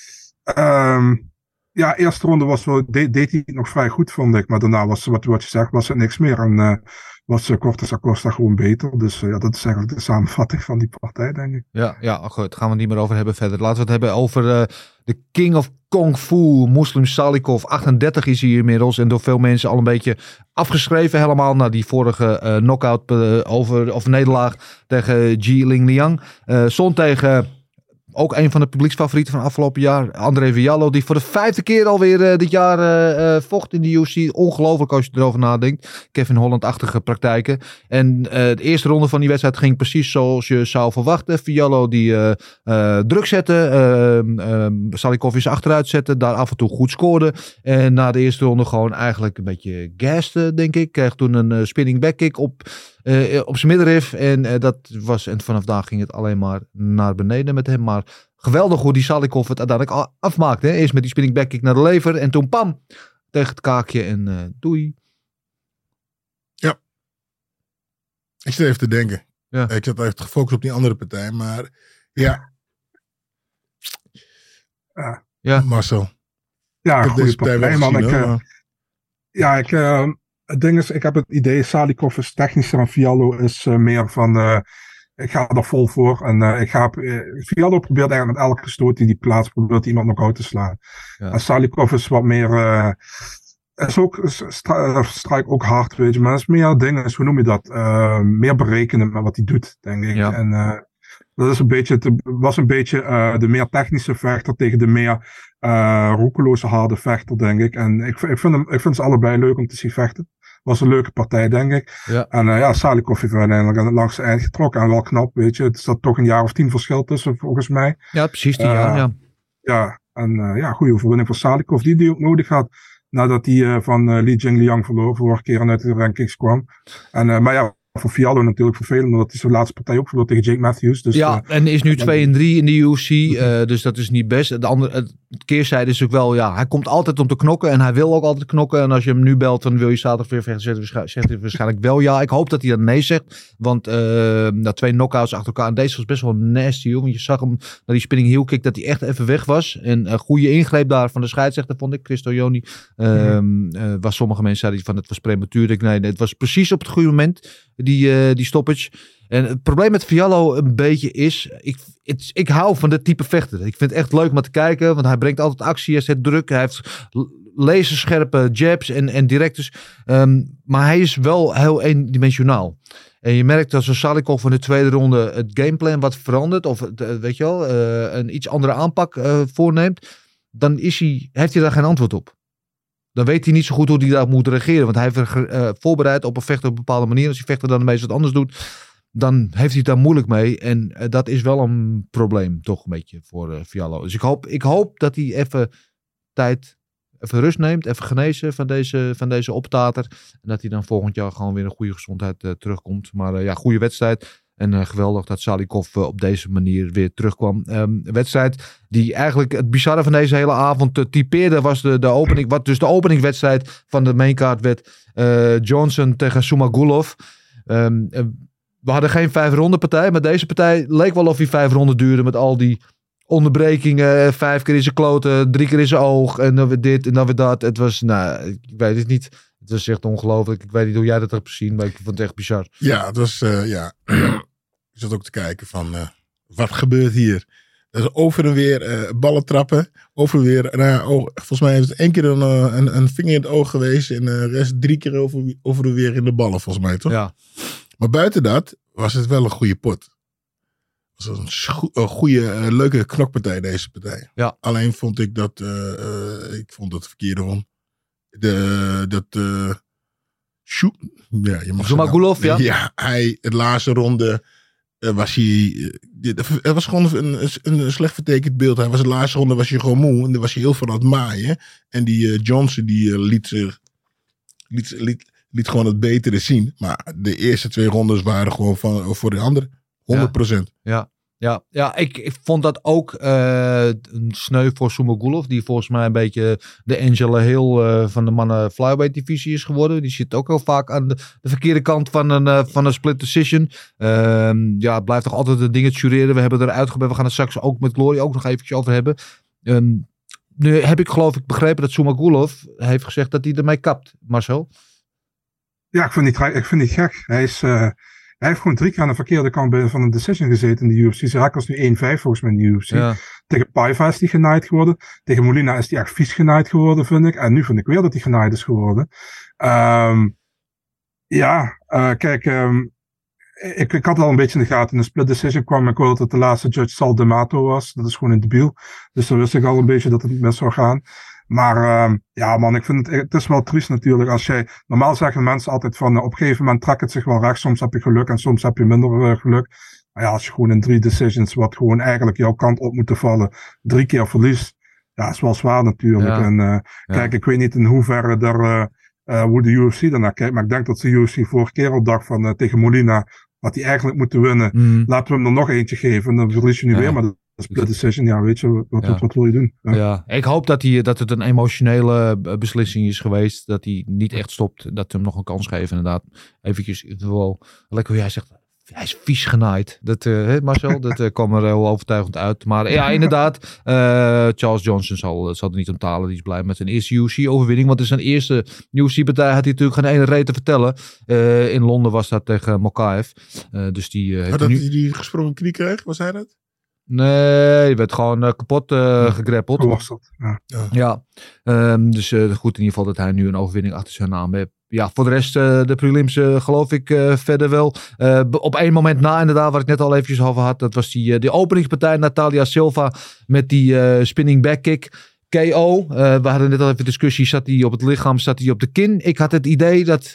Um, ja, eerste ronde was wel, de, deed hij het nog vrij goed, vond ik. Maar daarna was, wat, wat je zegt, was er niks meer. En uh, was uh, Cortes Acosta gewoon beter. Dus uh, ja, dat is eigenlijk de samenvatting van die partij, denk ik. Ja, ja, goed. Daar gaan we het niet meer over hebben verder. Laten we het hebben over uh, de King of Kung Fu, Muslim Salikov. achtendertig is hij inmiddels. En door veel mensen al een beetje afgeschreven helemaal. Na die vorige uh, knockout uh, over, of nederlaag tegen Ji Ling Liang. Uh, Stond tegen ook een van de publieksfavorieten van afgelopen jaar. André Viallo, die voor de vijfde keer alweer uh, dit jaar uh, uh, vocht in de U F C. Ongelooflijk als je erover nadenkt. Kevin Holland-achtige praktijken. En uh, de eerste ronde van die wedstrijd ging precies zoals je zou verwachten. Viallo die uh, uh, druk zette. Uh, uh, Salikov is achteruit zetten. Daar af en toe goed scoorde. En na de eerste ronde gewoon eigenlijk een beetje gaste, denk ik. Kreeg toen een uh, spinning back kick op... Uh, op zijn middenrif. En uh, dat was. En vanaf daar ging het alleen maar naar beneden met hem. Maar geweldig hoe die Salikov het uiteindelijk afmaakte. Hè? Eerst met die spinning back kick naar de lever. En toen pam. Tegen het kaakje. En uh, doei. Ja. Ik zit even te denken. Ja. Ik zat even gefocust op die andere partij. Maar ja. Uh, ja. Marcel. Ja, ik heb deze partij wel man. gezien, Ik, uh, ja, ik... Uh, Het ding is, ik heb het idee, Salikov is technischer en Fiallo is uh, meer van, uh, ik ga er vol voor. En uh, ik ga, uh, Fiallo probeert eigenlijk met elke stoot die die plaats probeert iemand nog uit te slaan. Ja. En Salikov is wat meer, uh, is ook, stri- strijk ook hard, weet je, maar is meer dingen, hoe noem je dat, uh, meer berekenend met wat hij doet, denk ik. Ja. En uh, dat is een beetje, te, was een beetje uh, de meer technische vechter tegen de meer uh, roekeloze harde vechter, denk ik. En ik, ik, vind hem, ik vind ze allebei leuk om te zien vechten. was een leuke partij, denk ik. Ja. En uh, ja, Salikov heeft uiteindelijk aan het langste eind getrokken. En wel knap, weet je. Het is dat toch een jaar of tien verschil tussen, volgens mij. Ja, precies tien uh, jaar, ja. Ja, en uh, ja, goede overwinning voor Salikov, die die ook nodig had. Nadat hij uh, van uh, Li Jingliang verloor, vorige keer en uit de rankings kwam. En, uh, maar ja, voor Fiallo natuurlijk vervelend, omdat hij zijn laatste partij ook verloor tegen Jake Matthews. Dus, ja, uh, en is nu twee en drie in de U F C, uh, dus dat is niet best. De andere, het keerzijde is ook wel, ja, hij komt altijd om te knokken en hij wil ook altijd knokken. En als je hem nu belt, dan wil je zaterdag weer vechten, zegt hij waarschijnlijk wel ja. Ik hoop dat hij dan nee zegt, want uh, nou, twee knockouts achter elkaar. En deze was best wel nasty, hoor, want je zag hem naar die spinning heel kick dat hij echt even weg was. En een uh, goede ingreep daar van de scheidsrechter, vond ik, Christo Joni. Uh, mm-hmm. uh, waar sommige mensen zeiden van het was prematuur. Ik, nee, nee, het was precies op het goede moment. Die, uh, die stoppage. En het probleem met Fiallo een beetje is... Ik, het, ik hou van dit type vechter. Ik vind het echt leuk om te kijken. Want hij brengt altijd actie. Hij zet druk. Hij heeft laserscherpe jabs en, en directors. Um, maar hij is wel heel eendimensionaal. En je merkt dat zo'n Salikov in de tweede ronde het gameplan wat verandert. Of het, weet je wel, uh, een iets andere aanpak uh, voorneemt. Dan is hij, heeft hij daar geen antwoord op. Dan weet hij niet zo goed hoe hij daar moet reageren. Want hij heeft uh, voorbereid op een vechter op een bepaalde manier. Als die vechter dan meestal wat anders doet, dan heeft hij het daar moeilijk mee. En uh, dat is wel een probleem, toch een beetje, voor uh, Fiallo. Dus ik hoop, ik hoop dat hij even tijd, even rust neemt. Even genezen van deze, van deze optater. En dat hij dan volgend jaar gewoon weer een goede gezondheid uh, terugkomt. Maar uh, ja, goede wedstrijd. En uh, geweldig dat Salikov uh, op deze manier weer terugkwam. Um, een wedstrijd die eigenlijk het bizarre van deze hele avond uh, typeerde was de, de opening. Wat dus de openingswedstrijd van de maincard werd. Uh, Johnson tegen Sumagulov. Um, uh, we hadden geen vijf ronden partij. Maar deze partij leek wel of die vijf ronden duurde. Met al die onderbrekingen. Vijf keer in zijn kloten. Drie keer in zijn oog. En dan weer dit en dan weer dat. Het was, nou, ik weet het niet. Het was echt ongelooflijk. Ik weet niet hoe jij dat hebt gezien. Maar ik vond het echt bizar. Ja, het was, uh, ja... Ik zat ook te kijken van, uh, wat gebeurt hier? Dus over en weer uh, ballen trappen. Over en weer, nou, oh, volgens mij is het één keer een, een, een vinger in het oog geweest. En de rest drie keer over, over en weer in de ballen, volgens mij, toch? Ja. Maar buiten dat was het wel een goede pot. Het was een, scho- een goede, uh, leuke knokpartij, deze partij. Ja. Alleen vond ik dat, uh, uh, ik vond het verkeerde won. De, dat... Uh, shoot, ja, je mag Sumagulov, ja. Ja, hij, het laatste ronde... Uh, was hij, uh, het was gewoon een, een, een slecht vertekend beeld. Hij was de laatste ronde was hij gewoon moe. En dan was hij heel veel aan het maaien. En die uh, Johnson die uh, liet, zich, liet, liet, liet gewoon het betere zien. Maar de eerste twee rondes waren gewoon van, voor de andere honderd procent. Ja, ja. Ja, ja ik, ik vond dat ook uh, een sneu voor Sumagulov. Die volgens mij een beetje de Angela Hill uh, van de mannen flyweight divisie is geworden. Die zit ook heel vaak aan de, de verkeerde kant van een, uh, van een split decision. Uh, ja, het blijft toch altijd de dingen jureren. We hebben er uitgebreid. We gaan het straks ook met Glory ook nog eventjes over hebben. Um, nu heb ik geloof ik begrepen dat Sumagulov heeft gezegd dat hij ermee kapt. Marcel? Ja, ik vind die, ik vind die gek. Hij is... Uh... Hij heeft gewoon drie keer aan de verkeerde kant van een decision gezeten in de U F C. Zijn record is nu één vijf volgens mij in de U F C. Ja. Tegen Paiva is hij genaaid geworden. Tegen Molina is hij echt vies genaaid geworden, vind ik. En nu vind ik weer dat hij genaaid is geworden. Um, ja, uh, kijk, um, ik, ik had al een beetje in de gaten. In de split decision kwam ik wel dat de laatste judge Sal D'Amato was. Dat is gewoon een debiel. Dus dan wist ik al een beetje dat het niet mis zou gaan. Maar uh, ja man, ik vind het, het is wel triest natuurlijk. Als jij, normaal zeggen mensen altijd van uh, op een gegeven moment trekt het zich wel recht. Soms heb je geluk en soms heb je minder uh, geluk. Maar ja, als je gewoon in drie decisions wat gewoon eigenlijk jouw kant op moet vallen, drie keer verliest. Ja, is wel zwaar natuurlijk. Ja. En uh, ja. Kijk, ik weet niet in hoeverre er, uh, uh, hoe de U F C daarnaar kijkt. Maar ik denk dat de U F C vorige keer al dacht van uh, tegen Molina, wat hij eigenlijk moeten winnen. Mm. Laten we hem er nog eentje geven. En dan verlies je nu ja. weer. Maar de split decision, ja, weet je, wat, ja. wat, wat wil je doen? Ja. Ja. Ik hoop dat, hij, dat het een emotionele beslissing is geweest. Dat hij niet echt stopt. Dat we hem nog een kans geven, inderdaad. Eventjes, wel, lekker hoe jij zegt, hij is vies genaaid. Dat, uh, Marcel, dat uh, kwam er heel overtuigend uit. Maar ja, inderdaad, uh, Charles Johnson zal, zal er niet om talen. Die is blij met zijn eerste U F C-overwinning. Want in zijn eerste U F C-partij had hij natuurlijk geen ene reet te vertellen. Uh, in Londen was dat tegen Mokaev. Uh, dus die, uh, had dat nu... hij die gesprongen knie kreeg? Was hij dat? Nee, die werd gewoon uh, kapot uh, gegrappeld. Hoe was dat? Ja. ja. Um, dus uh, goed in ieder geval dat hij nu een overwinning achter zijn naam heeft. Ja, voor de rest uh, de prelims uh, geloof ik uh, verder wel. Uh, op één moment na inderdaad, waar ik net al eventjes over had. Dat was die, uh, die openingspartij Natalia Silva met die uh, spinning back kick. K O. Uh, we hadden net al even discussie. Zat hij op het lichaam, zat hij op de kin. Ik had het idee dat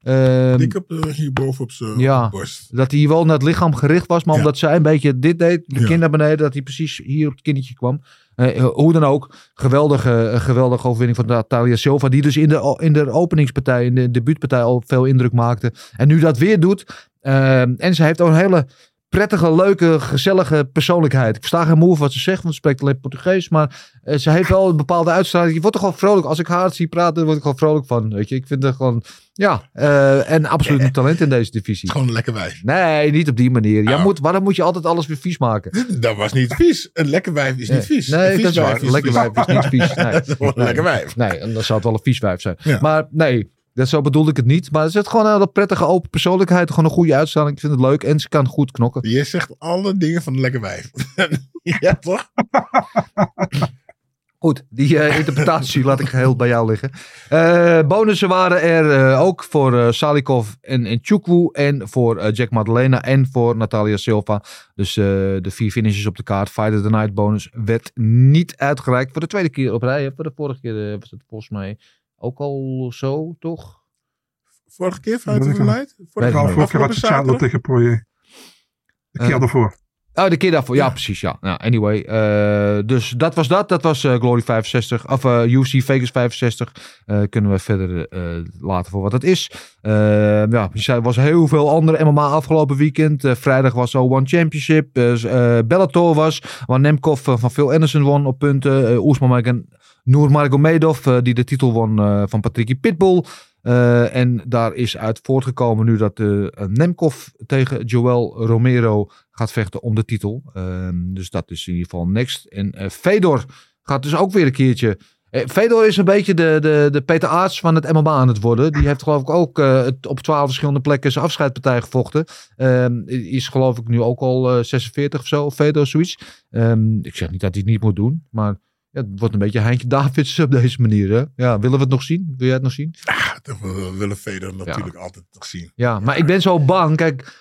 Uh, Dik op de, hierboven op zijn ja, borst. Dat hij wel naar het lichaam gericht was, maar ja. omdat zij een beetje dit deed, de ja. kin naar beneden, dat hij precies hier op het kinnetje kwam. Uh, hoe dan ook, geweldige, uh, geweldige overwinning van Natalia Silva, die dus in de, in de openingspartij, in de debuutpartij al veel indruk maakte. En nu dat weer doet. Uh, en ze heeft ook een hele prettige, leuke, gezellige persoonlijkheid. Ik versta geen moe wat ze zegt, want ze spreekt alleen Portugees. Maar uh, ze heeft wel een bepaalde uitstraling. Je wordt er gewoon vrolijk. Als ik haar zie praten, word ik gewoon vrolijk van. Weet je, ik vind het gewoon... Ja, uh, en absoluut een talent in deze divisie. Gewoon een lekker wijf. Nee, niet op die manier. Oh. Ja, moet, waarom moet je altijd alles weer vies maken? Dat was niet vies. Een lekker wijf is nee. niet vies. Nee, een dat is waar. Een lekker wijf is niet vies. Nee. Dat is gewoon een lekker wijf. Nee, en dan zou het wel een vies wijf zijn. Ja. Maar nee, dat zo bedoelde ik het niet. Maar er zit gewoon een hele prettige open persoonlijkheid. Gewoon een goede uitstraling. Ik vind het leuk. En ze kan goed knokken. Je zegt alle dingen van een lekker wijf. Ja, toch? Goed, die uh, interpretatie laat ik geheel bij jou liggen. Uh, bonussen waren er uh, ook voor uh, Salikov en, en Chukwu. En voor uh, Jack Maddalena en voor Natalia Silva. Dus uh, de vier finishes op de kaart. Fight of the Night bonus werd niet uitgereikt. Voor de tweede keer op rij. Voor de vorige keer uh, was het volgens mij ook al zo, toch? Vorige keer Fight of the Night? Vorige, ja, vorige keer had je Chandler tegen Poirier. De keer uh, daarvoor. Oh, de keer daarvoor. Ja, ja. precies. Ja. Nou, anyway. Uh, dus dat was dat. Dat was uh, Glory vijfenzestig. Of uh, U F C Vegas vijfenzestig. Uh, kunnen we verder uh, laten voor wat het is. Uh, ja, er was heel veel andere M M A afgelopen weekend. Uh, vrijdag was zo One Championship. Uh, uh, Bellator was. Waar Nemkov uh, van Phil Anderson won op punten. Uh, Oesman en Nurmagomedov. Uh, die de titel won uh, van Patricky Pitbull. Uh, en daar is uit voortgekomen nu dat uh, Nemkov tegen Joel Romero gaat vechten om de titel. Uh, dus dat is in ieder geval next. En uh, Fedor gaat dus ook weer een keertje... Uh, Fedor is een beetje de, de, de Peter Aerts van het M M A aan het worden. Die heeft geloof ik ook uh, op twaalf verschillende plekken zijn afscheidpartij gevochten. Uh, is geloof ik nu ook al uh, zesenveertig of zo. Fedor zoiets. Um, ik zeg niet dat hij het niet moet doen, maar... Ja, het wordt een beetje Heintje Davids op deze manier. Hè? Ja, willen we het nog zien? Wil jij het nog zien? Ja, dat we willen Fedor natuurlijk ja. altijd nog zien. Ja, maar ik ben zo bang. Kijk,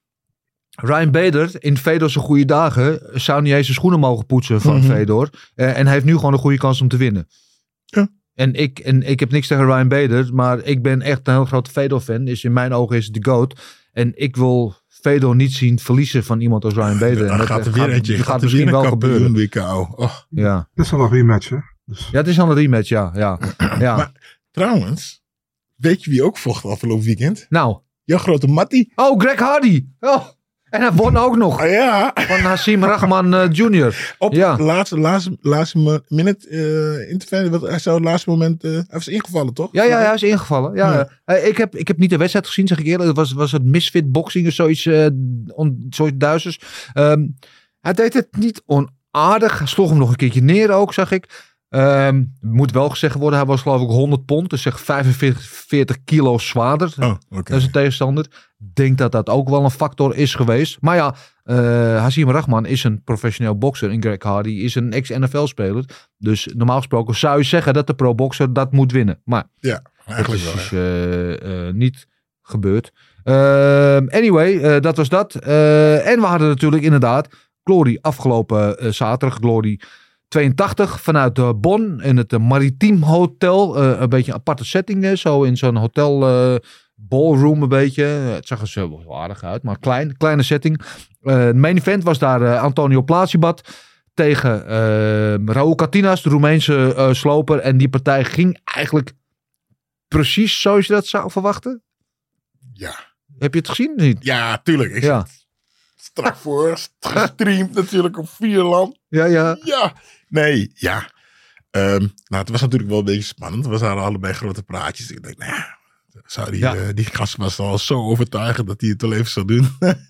Ryan Bader in Fedor's goede dagen zou niet eens zijn schoenen mogen poetsen van mm-hmm. Fedor. Uh, en hij heeft nu gewoon een goede kans om te winnen. Ja. En ik, en ik heb niks tegen Ryan Bader, maar ik ben echt een heel grote Fedor-fan. Dus in mijn ogen is het de GOAT. En ik wil Fedor niet zien verliezen van iemand als Ryan Bader. Ja, dat gaat er weer gaat, eentje. gaat, gaat misschien weer wel gebeuren. W K O. Oh. Ja. Het is al een rematch, hè? Dus. Ja, het is al een rematch, ja. ja. ja. Maar trouwens, weet je wie ook vocht afgelopen weekend? Nou. Jouw grote Mattie. Oh, Greg Hardy. Oh. En hij won ook nog. Ah, ja. Van Hasim Rahman uh, junior Op ja. de laatste, laatste, laatste minute uh, interview. Hij zou het laatste moment... Uh, hij was ingevallen, toch? Ja, ja, hij is ingevallen. Ja. ja. Uh, ik, heb, ik heb niet de wedstrijd gezien, zeg ik eerlijk. Het was, was het misfit boxing of zoiets, uh, on, zoiets duizends. Um, hij deed het niet onaardig. Hij sloeg hem nog een keertje neer ook, zag ik. Um, moet wel gezegd worden, hij was geloof ik honderd pond. Dus zeg vijfenveertig kilo zwaarder. Oh, okay. Dat is een tegenstander. Ik denk dat dat ook wel een factor is geweest. Maar ja, uh, Hasim Rahman is een professioneel bokser. En Greg Hardy is een ex-N F L-speler. Dus normaal gesproken zou je zeggen dat de pro-bokser dat moet winnen. Maar ja, eigenlijk dat is wel, dus uh, uh, niet gebeurd. Uh, anyway, uh, dat was dat. Uh, en we hadden natuurlijk inderdaad Glory afgelopen uh, zaterdag. Glory tweeëntachtig vanuit uh, Bonn in het uh, Maritiem Hotel. Uh, een beetje een aparte setting. Uh, zo in zo'n hotel uh, ballroom een beetje. Uh, het zag er zo wel aardig uit, maar klein, kleine setting. Uh, het main event was daar uh, Antonio Plazibat tegen uh, Raúl Catinas, de Roemeense uh, sloper. En die partij ging eigenlijk precies zoals je dat zou verwachten. Ja. Heb je het gezien? Niet? Ja, tuurlijk. Ik ja. Strak voor, gestreamd natuurlijk op Vierland. Ja, ja. Ja. Nee, ja. Um, nou, het was natuurlijk wel een beetje spannend. We hadden allebei grote praatjes. Ik denk, nou ja, zou die, ja. uh, die gast was al zo overtuigend dat hij het wel even zou doen.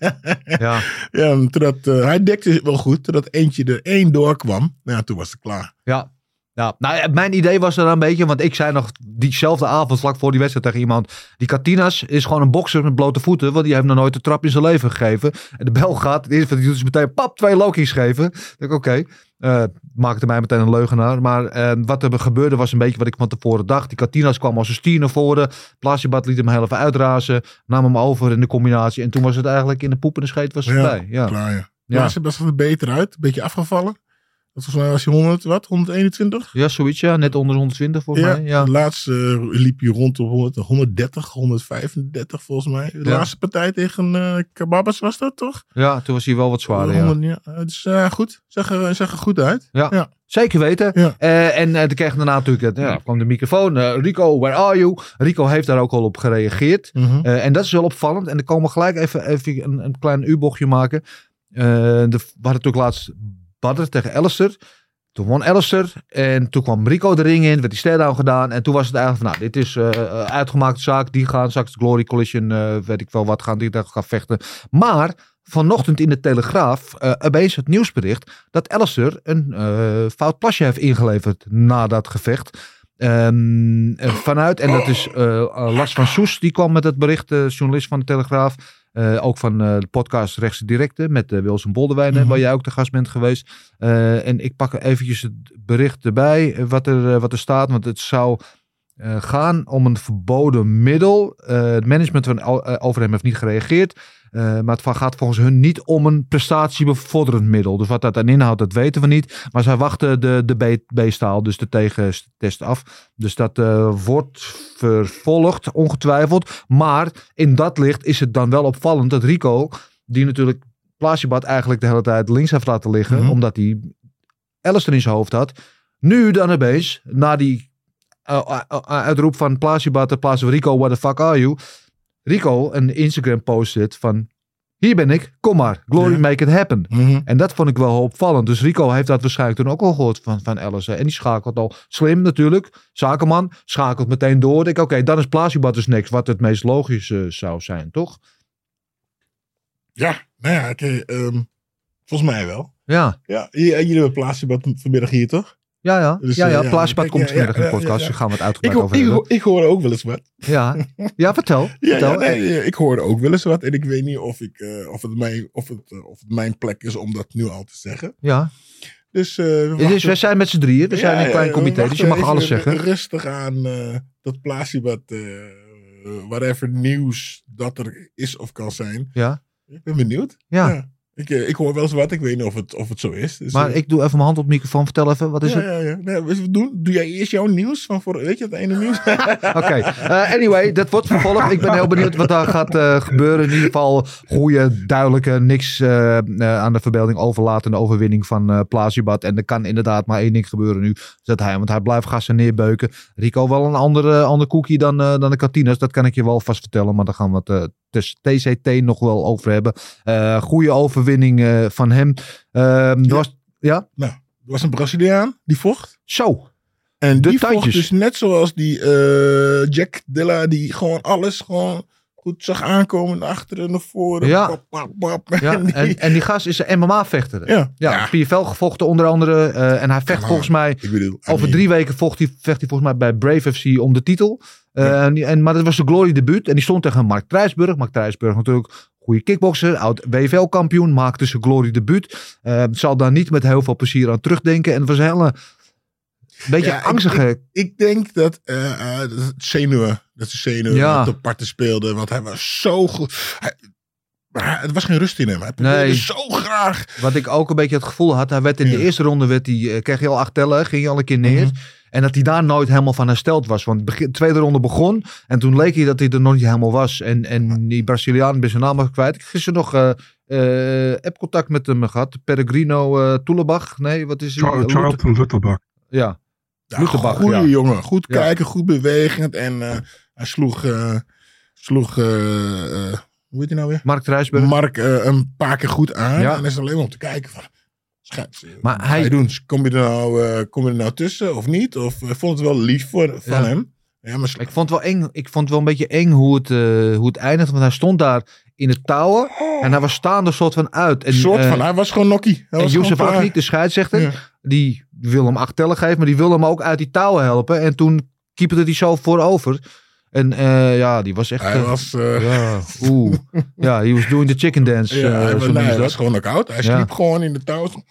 ja. Ja, totdat, uh, hij dekte wel goed, totdat eentje er één doorkwam. Nou ja, toen was het klaar. Ja. Ja, nou, mijn idee was er dan een beetje, want ik zei nog diezelfde avond vlak voor die wedstrijd tegen iemand, die Catinas is gewoon een bokser met blote voeten, want die heeft nog nooit een trap in zijn leven gegeven. En de bel gaat, het eerste wat hij doet is meteen pap, twee Loki's geven. Dan denk ik, oké, okay. uh, maakte mij meteen een leugenaar. Maar uh, wat er gebeurde was een beetje wat ik van tevoren dacht. Die Catinas kwam als een stier naar voren, Plazibat liet hem heel even uitrazen, nam hem over in de combinatie en toen was het eigenlijk in de poep en de scheet was het ja, voorbij. Ja, klaar ja. Ja. Maar ze was er beter uit, een beetje afgevallen. Volgens mij was hij honderd, wat? honderdeenentwintig? Ja, zoiets, ja. Net onder honderdtwintig volgens ja, mij. Ja, de laatste uh, liep hij rond de honderd, honderddertig, honderdvijfendertig volgens mij. De ja. laatste partij tegen uh, Kababas was dat toch? Ja, toen was hij wel wat zwaarder, ja. honderd, ja. Dus uh, goed, zag er, zag er goed uit. Ja, ja. Zeker weten. Ja. Uh, en uh, toen kreeg daarna natuurlijk, uh, ja, kwam de microfoon. Uh, Rico, where are you? Rico heeft daar ook al op gereageerd. Mm-hmm. Uh, en dat is wel opvallend. En dan komen we gelijk even, even een, een klein U-bochtje maken. Uh, de, we hadden natuurlijk laatst Badr tegen Alistair. Toen won Alistair. En toen kwam Rico de ring in. Werd die stare-down gedaan. En toen was het eigenlijk van, nou, dit is uh, uitgemaakte zaak. Die gaan straks de Glory Collision, uh, weet ik wel wat, gaan die daar gaan vechten. Maar vanochtend in de Telegraaf uh, opeens het nieuwsbericht dat Alistair een uh, fout plasje heeft ingeleverd na dat gevecht. Um, vanuit, en dat is uh, Lars van Soes, die kwam met het bericht, uh, journalist van de Telegraaf. Uh, ook van uh, de podcast Rechtse Directe met uh, Wilson Boldewijn, mm-hmm. waar jij ook te gast bent geweest. Uh, en ik pak eventjes het bericht erbij, uh, wat, er, uh, wat er staat. Want het zou uh, gaan om een verboden middel. Uh, het management van uh, Overeem heeft niet gereageerd. Uh, maar het gaat volgens hun niet om een prestatiebevorderend middel. Dus wat dat aan inhoudt, dat weten we niet. Maar zij wachten de, de B-staal, dus de tegentest af. Dus dat uh, wordt vervolgd, ongetwijfeld. Maar in dat licht is het dan wel opvallend dat Rico, die natuurlijk Plasiebad eigenlijk de hele tijd links heeft laten liggen, mm-hmm. omdat hij Alistair in zijn hoofd had, nu dan opeens, na die uh, uh, uh, uitroep van Plasiebad, Plasiebad, Rico, what the fuck are you? Rico een Instagram post zit van, hier ben ik, kom maar, glory, ja. make it happen. Mm-hmm. En dat vond ik wel opvallend. Dus Rico heeft dat waarschijnlijk toen ook al gehoord van, van Alistair. En die schakelt al slim natuurlijk, zakenman, schakelt meteen door. Ik, oké, okay, dan is Plasiebad dus niks, wat het meest logisch uh, zou zijn, toch? Ja, nou ja, okay, um, volgens mij wel. Ja. Ja, jullie hebben Plasiebad vanmiddag hier, toch? Ja, ja. Dus, ja, ja. ja. Plasiebad komt vanmiddag ja, ja, in de podcast. Ja, ja. Daar gaan we het uitgebreid ik, over ik, hebben. Ik, ik hoorde ook wel eens wat. Ja, ja vertel. ja, vertel. Ja, nee, ik hoorde ook wel eens wat. En ik weet niet of, ik, uh, of, het, mijn, of, het, uh, of het mijn plek is om dat nu al te zeggen. Ja. Dus, uh, we, dus we zijn met z'n drieën. We ja, zijn een klein ja, comité, dus je mag alles zeggen. Rustig aan uh, dat Plasiebad, uh, whatever nieuws dat er is of kan zijn. Ja. Ik ben benieuwd. Ja. ja. Ik, ik hoor wel eens wat, ik weet niet of het, of het zo is. Dus, maar uh, ik doe even mijn hand op de microfoon, vertel even, wat is ja, het? Ja, ja. Nee, we doen, doe jij eerst jouw nieuws van voor, weet je het ene nieuws? Oké, okay. uh, anyway, dat wordt vervolgd. Ik ben heel benieuwd wat daar gaat uh, gebeuren. In ieder geval goede, duidelijke, niks uh, uh, aan de verbeelding overlatende overwinning van uh, Plasiebad. En er kan inderdaad maar één ding gebeuren nu, dat hij, want hij blijft gassen neerbeuken. Rico wel een andere, ander koekie dan, uh, dan de Cartinas, dat kan ik je wel vast vertellen, maar daar gaan we het uh, dus T C T nog wel over hebben. Uh, goede overwinning uh, van hem. Uh, ja. Was, ja? Nou, er was een Braziliaan die vocht. Zo. En de die tandjes. Vocht dus net zoals die uh, Jack Dilla, die gewoon alles gewoon goed zag aankomen. Naar achteren, naar voren. Ja. Bap, bap, bap. Ja. En, die... en, en die gast is een M M A-vechter. Ja. Ja, ja. P F L gevochten onder andere. Uh, en hij vecht volgens mij, bedoel, over drie weken vocht hij, vecht hij volgens mij bij Brave F C om de titel. Uh, ja. en, en, maar dat was de Glory debuut. En die stond tegen Mark Trijsburg. Mark Trijsburg natuurlijk goede kickbokser. Oud W F L-kampioen. Maakte zijn Glory debuut. Uh, zal daar niet met heel veel plezier aan terugdenken. En het was een hele beetje ja, angstige... Ik, ik, ik denk dat uh, uh, dat zenuwen. Dat ze zenuwen ja. te parten speelde. Want hij was zo goed. Hij, maar het was geen rust in hem. Hij probeerde nee. zo graag. Wat ik ook een beetje het gevoel had. Hij werd in ja. de eerste ronde werd hij, kreeg hij al acht tellen. Ging hij al een keer neer. Mm-hmm. En dat hij daar nooit helemaal van hersteld was. Want de tweede ronde begon. En toen leek hij dat hij er nog niet helemaal was. En, en die Braziliaan, ben zijn naam nog kwijt. Ik heb gisteren nog uh, uh, appcontact met hem gehad. Peregrino uh, Toelebach. Nee, wat is hij? Charlton Lutterbach. Ja. ja goeie ja. jongen. Goed ja. kijken, goed bewegend. En uh, hij sloeg... Uh, sloeg uh, uh, hoe heet hij nou weer? Mark Trijsburg. Mark uh, een paar keer goed aan. Ja. En is alleen maar om te kijken van... Schat, maar hij doen. Kom je er nou, uh, kom je er nou tussen of niet? Of uh, vond het wel lief voor, van ja. hem? Ja, maar... Ik vond het wel eng. Ik vond het wel een beetje eng hoe het, uh, hoe het eindigde. Want hij stond daar in het touwen. Oh. En hij was staande soort van uit. En, soort uh, van, hij was gewoon nokkie. En Youssef Aknik, de scheidsrechter, ja. die wil hem acht tellen geven. Maar die wil hem ook uit die touwen helpen. En toen keeperde hij zo voorover. En uh, ja, die was echt... Hij uh, was... Uh... Ja, oeh. Ja, he was doing the chicken dance. Ja, uh, hij, was, nee, hij was gewoon knock-out. Hij ja. sliep gewoon in de touwen.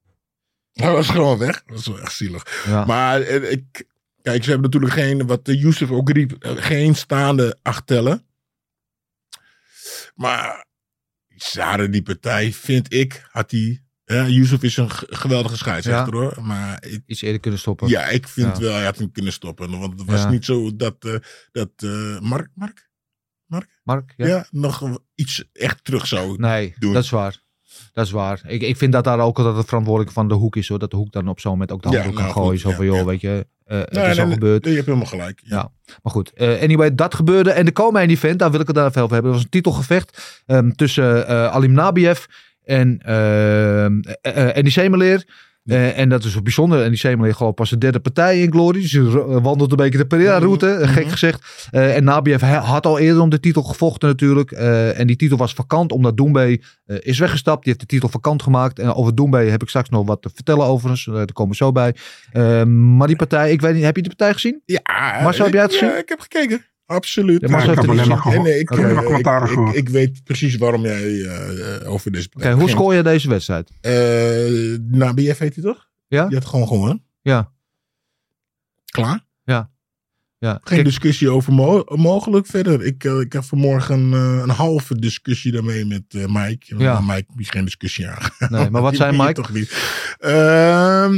Hij was gewoon weg. Dat was wel echt zielig. Ja. Maar uh, ik... Kijk, ze hebben natuurlijk geen... Wat uh, Youssef ook riep. Uh, geen staande acht tellen. Maar... Zaren die partij, vind ik, had hij Ja, Yusuf is een g- geweldige scheidsrechter, ja. hoor. Maar ik, Iets eerder kunnen stoppen. Ja, ik vind ja. wel, hij had hem kunnen stoppen. Want het was ja. niet zo dat, uh, dat uh, Mark, Mark? Mark? Mark, ja. ja. nog iets echt terug zou nee, doen. dat is waar. Dat is waar. Ik, ik vind dat daar ook dat het verantwoordelijk van de Hoek is, hoor. Dat de Hoek dan op zo'n moment ook de handdoek ja, nou, kan gooien. Zo van, joh, ja. weet je, uh, het nee, is al nee, gebeurd. Nee, je hebt helemaal gelijk. Ja. ja. Maar goed, uh, anyway, dat gebeurde. En de co-main event, daar wil ik het daar even over hebben. Dat was een titelgevecht um, tussen uh, Alim Nabiev en uh, uh, uh, Eddie Semeleer. Uh, en dat is ook bijzonder. En die Semeleer gewoon pas de derde partij in Glory. Dus ze wandelt een beetje de Pereira-route, mm-hmm. gek gezegd. Uh, en Nabiev had al eerder om de titel gevochten natuurlijk. Uh, en die titel was vakant, omdat Doumbé uh, is weggestapt. Die heeft de titel vakant gemaakt. En over Doumbé heb ik straks nog wat te vertellen overigens. Uh, daar komen we zo bij. Uh, maar die partij, ik weet niet, heb je die partij gezien? Ja. Marcel, heb jij het gezien? Ja, ik heb gekeken. Absoluut. Ja, maar ja, ik heb alleen maar gehoord. Nee, ik, okay. uh, ik, ik, ik weet precies waarom jij uh, over deze partij... Okay, hoe scoor je deze wedstrijd? Uh, Nabiev heet hij toch? Ja? Je had gewoon gewonnen. Ja. Klaar? Ja. ja. Geen Kijk. discussie over mo- mogelijk verder. Ik, uh, ik heb vanmorgen uh, een halve discussie daarmee met uh, Mike. Ja. Maar Mike is geen discussie aan. Nee, maar wat zei Mike? Toch niet. Uh,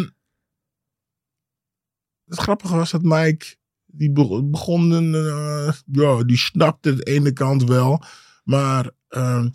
het grappige was dat Mike, die begon, uh, ja, die snapte het ene kant wel. Maar... Uh,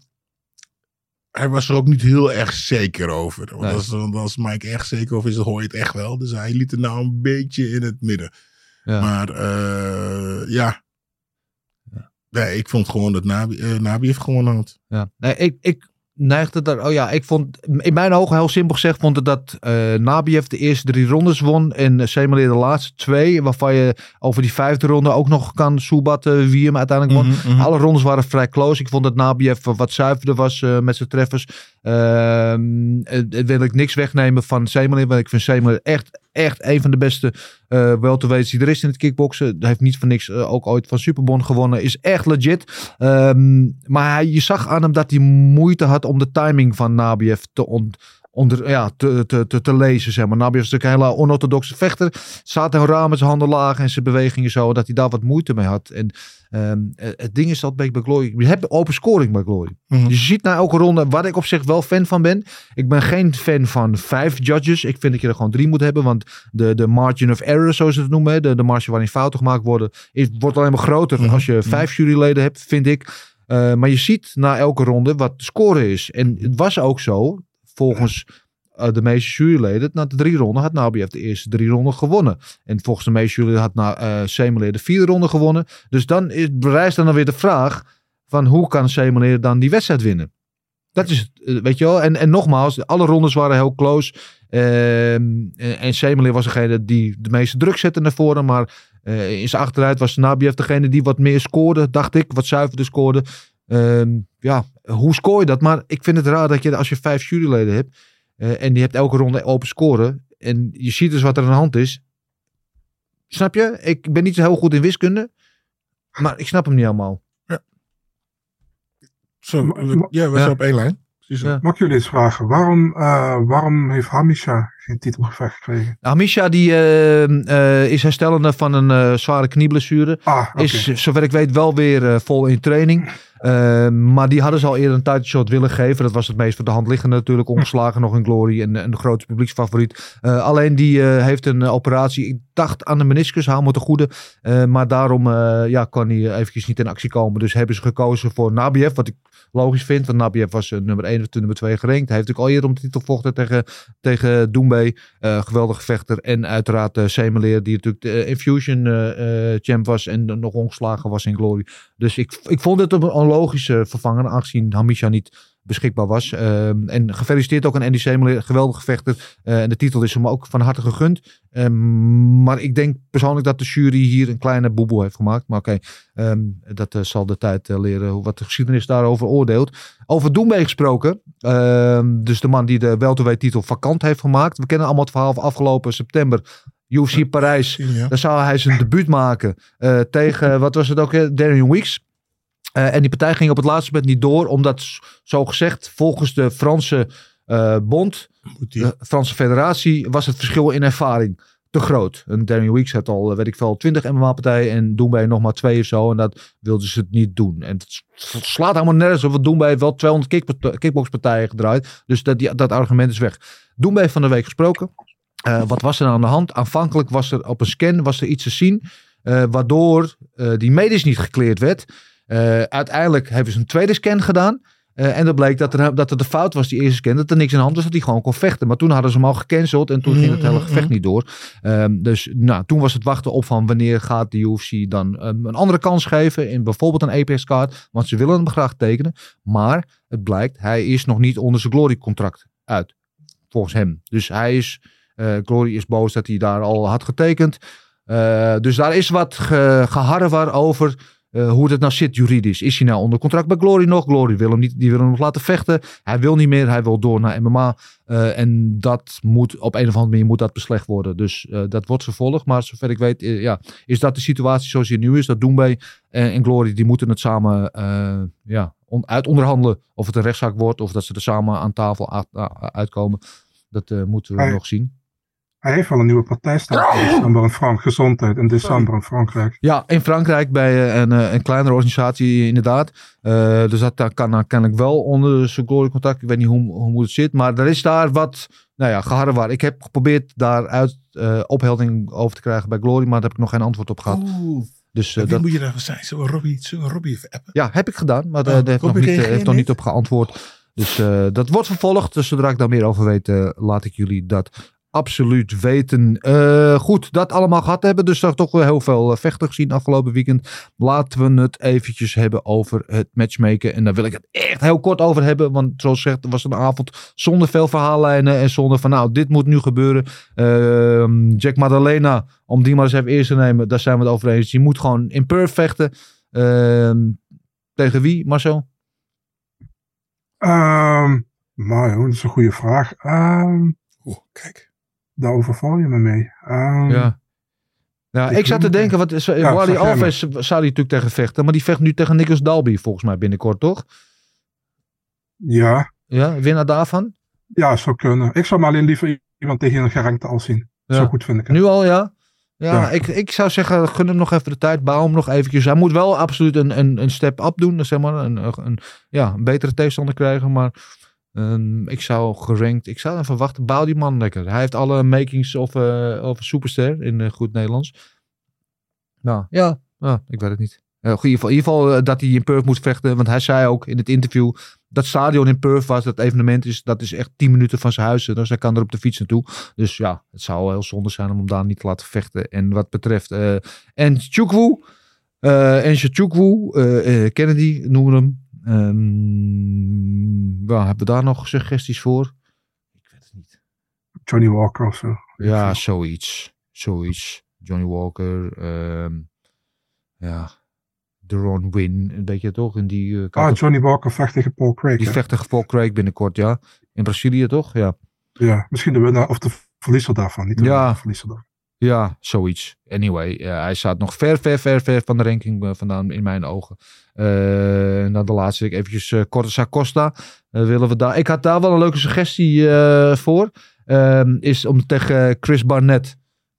hij was er ook niet heel erg zeker over. Want nee. als, als Mike echt zeker over is, dan hoor je het echt wel. Dus hij liet het nou een beetje in het midden. Ja. Maar uh, ja. ja. Nee, ik vond gewoon dat Nabi, uh, Nabi heeft gewonnen had. Ja. Nee, ik, ik neigde daar... Oh ja, ik vond... In mijn ogen, heel simpel gezegd, vond ik dat uh, Nabiev de eerste drie rondes won. En Semeleer de laatste twee. Waarvan je over die vijfde ronde ook nog kan soebatten wie hem uiteindelijk won. Mm-hmm, mm-hmm. Alle rondes waren vrij close. Ik vond dat Nabiev wat zuiverder was uh, met zijn treffers. Uh, uh, wil ik niks wegnemen van Semeleer. Want ik vind Semeleer echt, echt een van de beste uh, welterweights die er is in het kickboksen. Hij heeft niet voor niks uh, ook ooit van Superbond gewonnen. Is echt legit. Um, maar hij, je zag aan hem dat hij moeite had om de timing van Nabiev te, on, onder, ja, te, te, te, te lezen. Zeg maar. Nabiev is natuurlijk een hele onorthodoxe vechter. Staat heel raar met zijn handen laag en zijn bewegingen zo. Dat hij daar wat moeite mee had. En um, het ding is dat bij Glory. Je hebt open scoring bij Glory. Mm-hmm. Dus je ziet na elke ronde, waar ik op zich wel fan van ben. Ik ben geen fan van vijf judges. Ik vind dat je er gewoon drie moet hebben. Want de, de margin of error, zoals ze het noemen. De, de marge waarin fouten gemaakt worden. Is, wordt alleen maar groter mm-hmm. als je vijf juryleden hebt, vind ik. Uh, maar je ziet na elke ronde wat de score is. En het was ook zo, volgens uh, de meeste juryleden, na de drie ronden had Nabiev de eerste drie ronden gewonnen. En volgens de meeste juryleden had na, uh, Semeleer de vierde ronde gewonnen. Dus dan is, bewijst dan, dan weer de vraag van hoe kan Semeleer dan die wedstrijd winnen? Dat is, uh, weet je wel. En, en nogmaals, alle rondes waren heel close. Uh, en en Semeleer was degene die de meeste druk zette naar voren, maar Uh, in zijn achteruit was Nabiev degene die wat meer scoorde, dacht ik. Wat zuiverder scoorde. Uh, ja, hoe scoor je dat? Maar ik vind het raar dat je, als je vijf juryleden hebt uh, en die hebt elke ronde open scoren en je ziet dus wat er aan de hand is. Snap je? Ik ben niet zo heel goed in wiskunde, maar ik snap hem niet helemaal. Ja. Zo, ja, we zijn ja. op één lijn. Ja. Mag ik jullie eens vragen, waarom, uh, waarom heeft Hamisha geen titelgevecht gekregen? Hamisha die, uh, uh, is herstellende van een uh, zware knieblessure. Ah, okay. Is, zover ik weet, wel weer uh, vol in training. Uh, maar die hadden ze al eerder een title shot willen geven. Dat was het meest voor de hand liggende natuurlijk. Ongeslagen nog in Glory en, en de grootste publieksfavoriet. Uh, alleen die uh, heeft een uh, operatie. Ik dacht aan de meniscus, haal me te goede. Uh, maar daarom uh, ja, kan hij eventjes niet in actie komen. Dus hebben ze gekozen voor Nabiev. Wat ik logisch vind. Want Nabiev was uh, nummer één of nummer twee gerankt. Hij heeft natuurlijk al eerder om de titel vochten tegen, tegen Doumbé. Uh, geweldige vechter. En uiteraard uh, Semeleer. Die natuurlijk de uh, Infusion uh, uh, champ was. En uh, nog ongeslagen was in Glory. Dus ik, ik vond het een logische vervanger, aangezien Hamisha niet beschikbaar was. Uh, en gefeliciteerd ook aan Andy Semeleer, geweldige vechter. Uh, en de titel is hem ook van harte gegund. Um, maar ik denk persoonlijk dat de jury hier een kleine boeboe heeft gemaakt. Maar oké, okay, um, dat uh, zal de tijd uh, leren hoe wat de geschiedenis daarover oordeelt. Over Doumbé gesproken. Uh, dus de man die de welterweight titel vakant heeft gemaakt. We kennen allemaal het verhaal van afgelopen september. U F C Parijs. Ja. Daar zou hij zijn debuut maken uh, tegen, wat was het ook, Darian Weeks. Uh, en die partij ging op het laatste moment niet door, omdat zo gezegd volgens de Franse uh, bond, de Franse federatie, was het verschil in ervaring te groot. En Darian Weeks had al, weet ik veel, twintig M M A-partijen en Doumbé nog maar twee of zo. En dat wilden ze het niet doen. En het slaat helemaal nergens op, want Doumbé heeft wel tweehonderd kick, kickboxpartijen gedraaid. Dus dat, die, dat argument is weg. Doumbé heeft van de week gesproken. Uh, wat was er aan de hand? Aanvankelijk was er op een scan was er iets te zien, uh, waardoor uh, die medisch niet gekleerd werd. Uh, uiteindelijk hebben ze een tweede scan gedaan. Uh, en dat bleek dat er, dat er de fout was, die eerste scan, dat er niks aan de hand was, dat hij gewoon kon vechten. Maar toen hadden ze hem al gecanceld en toen ging het hele gevecht niet door. Um, dus nou, toen was het wachten op van wanneer gaat de U F C dan um, een andere kans geven in bijvoorbeeld een Apex-kaart, want ze willen hem graag tekenen. Maar het blijkt, hij is nog niet onder zijn Glory-contract uit, volgens hem. Dus hij is, uh, Glory is boos dat hij daar al had getekend. Uh, dus daar is wat ge, geharrewar over. Uh, hoe het nou zit juridisch. Is hij nou onder contract bij Glory nog? Glory wil hem niet, die wil hem nog laten vechten. Hij wil niet meer, hij wil door naar M M A. Uh, en dat moet op een of andere manier moet dat beslecht worden. Dus uh, dat wordt vervolgd. Maar zover ik weet, uh, ja, is dat de situatie zoals die nu is. Dat Doumbé en, en Glory, die moeten het samen uh, ja, on, uit onderhandelen. Of het een rechtszaak wordt, of dat ze er samen aan tafel a, a, uitkomen. Dat uh, moeten we hij, nog zien. Hij heeft wel een nieuwe partij staan in december in Frankrijk. Gezondheid in december in Frankrijk. Ja, in Frankrijk bij uh, een, uh, een kleinere organisatie inderdaad. Uh, dus dat, dat kan dan kennelijk wel onder zijn Glory contact. Ik weet niet hoe, hoe het zit. Maar er is daar wat, nou ja, geharrewar. Ik heb geprobeerd daaruit uh, opheldering over te krijgen bij Glory. Maar daar heb ik nog geen antwoord op gehad. Oeh. Dus, uh, wie dat... moet je daarvan zijn? Zullen we Robbie, zullen we Robbie even appen? Ja, heb ik gedaan. Maar oh, daar heeft nog niet, uh, heeft nog niet op geantwoord. Dus uh, dat wordt vervolgd. Dus zodra ik daar meer over weet, uh, laat ik jullie dat absoluut weten. Uh, goed, dat allemaal gehad hebben. Dus er toch wel heel veel uh, vechten gezien afgelopen weekend. Laten we het eventjes hebben over het matchmaken. En daar wil ik het echt heel kort over hebben. Want zoals gezegd, het was een avond zonder veel verhaallijnen. En zonder van, nou, dit moet nu gebeuren. Uh, Jack Maddalena, om die maar eens even eerst te nemen. Daar zijn we het over eens. Die moet gewoon in Perth vechten. Uh, tegen wie, Marcel? Um, maar joh, dat is een goede vraag. Um, oh, kijk. Daar overval je me mee. Um, ja. Ja, ik, ik zat te denken, wat, ja, Wally Alves zou die natuurlijk tegen vechten, maar die vecht nu tegen Nicholas Dalby volgens mij binnenkort, toch? Ja. Ja, winnaar daarvan? Ja, zou kunnen. Ik zou maar alleen liever iemand tegen een gerankte al zien. Ja. Zo goed vind ik het. Nu al, ja? Ja, ja. Ik, ik zou zeggen, gun hem nog even de tijd, bouw hem nog eventjes. Hij moet wel absoluut een, een, een step up doen, zeg maar, een, een, een, ja, een betere tegenstander krijgen, maar Um, ik zou gerankt, ik zou dan verwachten, bouw die man lekker. Hij heeft alle makings of, uh, of superster in uh, goed Nederlands. Nou, ja, ja, ik weet het niet. Uh, in ieder geval, in ieder geval uh, dat hij in Perth moet vechten, want hij zei ook in het interview, dat stadion in Perth was, dat evenement is, dat is echt tien minuten van zijn huis, dus hij kan er op de fiets naartoe. Dus ja, het zou heel zonde zijn om hem daar niet te laten vechten. En wat betreft uh, en Chukwu, uh, en Chukwu, uh, uh, Kennedy noemen we hem. Um, well, hebben we daar nog suggesties voor? Ik weet het niet. Johnny Walker of zo. Ja, zoiets. Zoiets. Johnny Walker. Um, ja. Deron Win. Een beetje toch? In die, uh, ah, Johnny Walker vecht tegen Paul Craig. Die hè? vecht tegen Paul Craig binnenkort, ja. In Brazilië toch? Ja. Ja, misschien de winnaar of de verliezer daarvan. Niet de ja. verliezer daarvan. Ja, zoiets. Anyway, uh, hij staat nog ver, ver, ver, ver van de ranking uh, vandaan in mijn ogen. Uh, en dan de laatste week eventjes uh, Cortes Acosta. Uh, willen we daar... Ik had daar wel een leuke suggestie uh, voor. Uh, is om tegen Chris Barnett.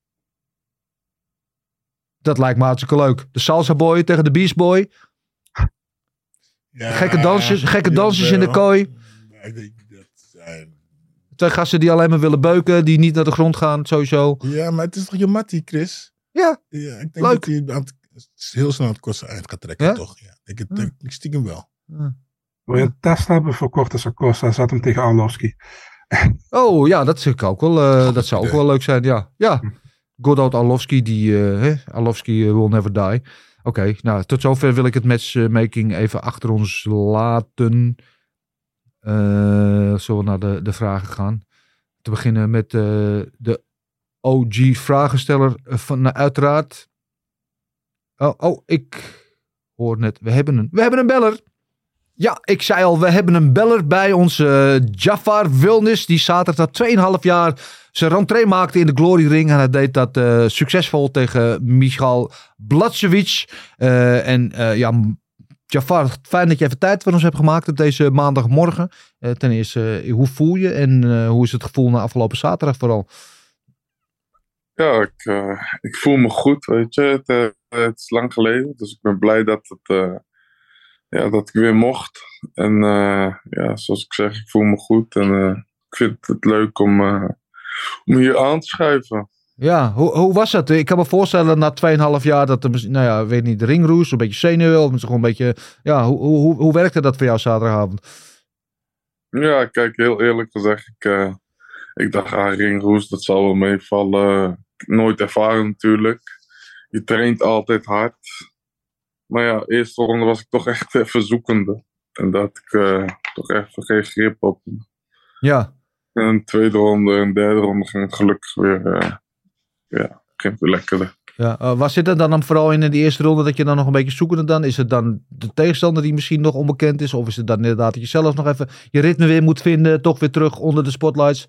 Dat lijkt me hartstikke leuk. De Salsa Boy tegen de Beast Boy. Ja, gekke dansjes, gekke dansjes in de kooi. Ik denk dat zijn... Twee gasten die alleen maar willen beuken, die niet naar de grond gaan, sowieso. Ja, maar het is toch je mattie, Chris? Ja, ja ik denk leuk. dat hij aan het, heel snel het kortste eind gaat trekken, ja? toch? Ja, ik, ik, ik, ik stiekem wel. Ja. Wil je een test hebben voor Cortes Acosta? Zet hem tegen Arlovski. Oh ja, dat zou ik ook wel. Uh, dat zou ook wel leuk zijn, ja. Ja, good old Arlovski, die... Uh, hè? Arlovski uh, will never die. Oké, okay, nou, tot zover wil ik het matchmaking even achter ons laten. Uh, zullen we naar de, de vragen gaan? Te beginnen met uh, de O G-vragensteller van, nou, uiteraard. Oh, oh, ik hoor net, we hebben een, we hebben een beller. Ja, ik zei al, we hebben een beller bij ons. Uh, Jafar Wilnis, die zaterdag na twee komma vijf jaar zijn rentree maakte in de Glory Ring. En hij deed dat uh, succesvol tegen Michal Blachowicz. Uh, en uh, ja... Jafar, fijn dat je even tijd voor ons hebt gemaakt op deze maandagmorgen. Uh, ten eerste, uh, hoe voel je en uh, hoe is het gevoel na afgelopen zaterdag vooral? Ja, ik, uh, ik voel me goed, weet je. Het, uh, het is lang geleden, dus ik ben blij dat, het, uh, ja, dat ik weer mocht. En uh, ja, zoals ik zeg, ik voel me goed. En uh, ik vind het leuk om, uh, om hier aan te schuiven. Ja, hoe, hoe was het? Ik kan me voorstellen na tweeënhalf jaar dat er, nou ja, weet niet, de ringroes, een beetje zenuwen, of gewoon een beetje, ja, hoe, hoe, hoe werkte dat voor jou zaterdagavond? Ja, kijk, heel eerlijk gezegd, ik, uh, ik dacht, ah, ringroes, dat zal wel meevallen. Nooit ervaren natuurlijk. Je traint altijd hard. Maar ja, de eerste ronde was ik toch echt even zoekende. En dat ik uh, toch even geen grip op. Ja. En de tweede ronde en de derde ronde ging het gelukkig weer, uh, ja, ging weer lekkerder. Ja, uh, was zit het dan, dan vooral in de eerste ronde dat je dan nog een beetje zoekende dan? Is het dan de tegenstander die misschien nog onbekend is? Of is het dan inderdaad dat je zelf nog even je ritme weer moet vinden, toch weer terug onder de spotlights?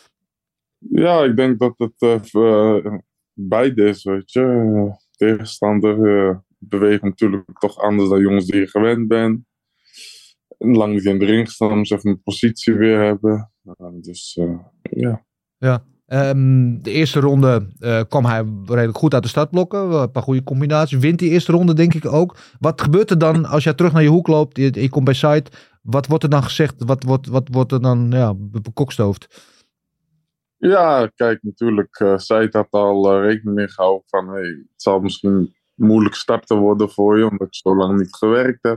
Ja, ik denk dat het uh, beide is, weet je. Uh, tegenstander uh, beweegt natuurlijk toch anders dan jongens die je gewend bent. Lang niet in de ring staan, om ze even een positie weer hebben. Uh, dus uh, ja. Ja. Um, de eerste ronde uh, kwam hij redelijk goed uit de startblokken. Een paar goede combinaties. Wint die eerste ronde denk ik ook. Wat gebeurt er dan als jij terug naar je hoek loopt? Je, je komt bij side. Wat wordt er dan gezegd? Wat, wat, wat wordt er dan ja, bekokstoofd? Ja, kijk, natuurlijk. Uh, Side had al uh, rekening mee gehouden van hey, het zal misschien moeilijk starten worden voor je, omdat ik zo lang niet gewerkt heb.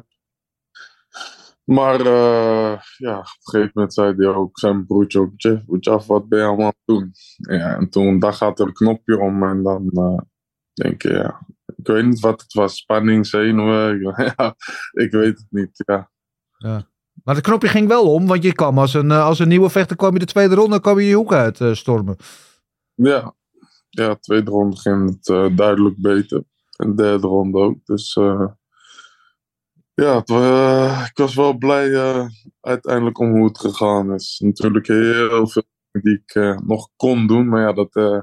Maar uh, ja, op een gegeven moment zei hij ook, zijn broertje ook, Jeff, Jeff, wat ben je allemaal aan het doen? Ja, en toen daar gaat er een knopje om en dan uh, denk je, ja, ik weet niet wat het was, spanning, zenuwen, ja, ik weet het niet, ja. Ja. Maar het knopje ging wel om, want je kwam als een, als een nieuwe vechter, kwam je de tweede ronde, kwam je je hoek uit uh, stormen. Ja, ja, de tweede ronde ging het uh, duidelijk beter. En de derde ronde ook, dus uh, ja, het, uh, ik was wel blij uh, uiteindelijk om hoe het gegaan is. Natuurlijk heel veel die ik uh, nog kon doen, maar ja, dat, uh,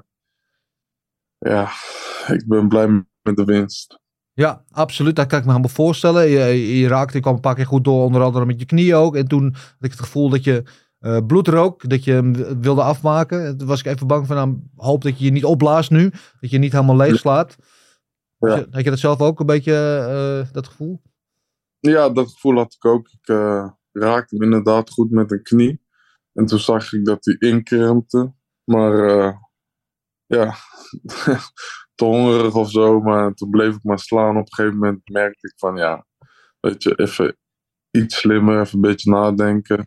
ja, ik ben blij met de winst. Ja, absoluut. Dat kan ik me helemaal voorstellen. Je, je raakte, je kwam een paar keer goed door, onder andere met je knie ook. En toen had ik het gevoel dat je uh, bloed rook, dat je hem wilde afmaken. Toen was ik even bang van, nou, hoop dat je je niet opblaast nu. Dat je niet helemaal leeg slaat. Ja. Had, je, had je dat zelf ook een beetje, uh, dat gevoel? Ja, dat gevoel had ik ook. Ik uh, raakte hem inderdaad goed met een knie. En toen zag ik dat hij inkrimpte. Maar uh, ja, te hongerig of zo. Maar toen bleef ik maar slaan. Op een gegeven moment merkte ik van ja, weet je, even iets slimmer, even een beetje nadenken.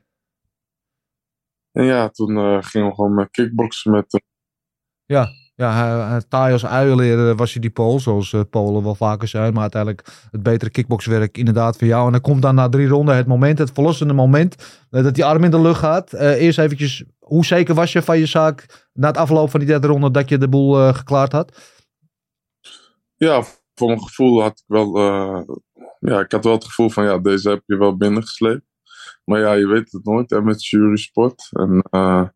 En ja, toen uh, gingen we gewoon met kickboksen met hem. Ja. Ja, taai als uilenleer was je die Pool, zoals uh, Polen wel vaker zijn. Maar uiteindelijk het betere kickboxwerk inderdaad voor jou. En dan komt dan na drie ronden het moment, het verlossende moment, uh, dat die arm in de lucht gaat. Uh, eerst eventjes, hoe zeker was je van je zaak na het afloop van die derde ronde dat je de boel uh, geklaard had? Ja, voor mijn gevoel had ik wel, uh, ja, ik had wel het gevoel van ja, deze heb je wel binnengesleept. Maar ja, je weet het nooit, hè, met jury sport. En uh,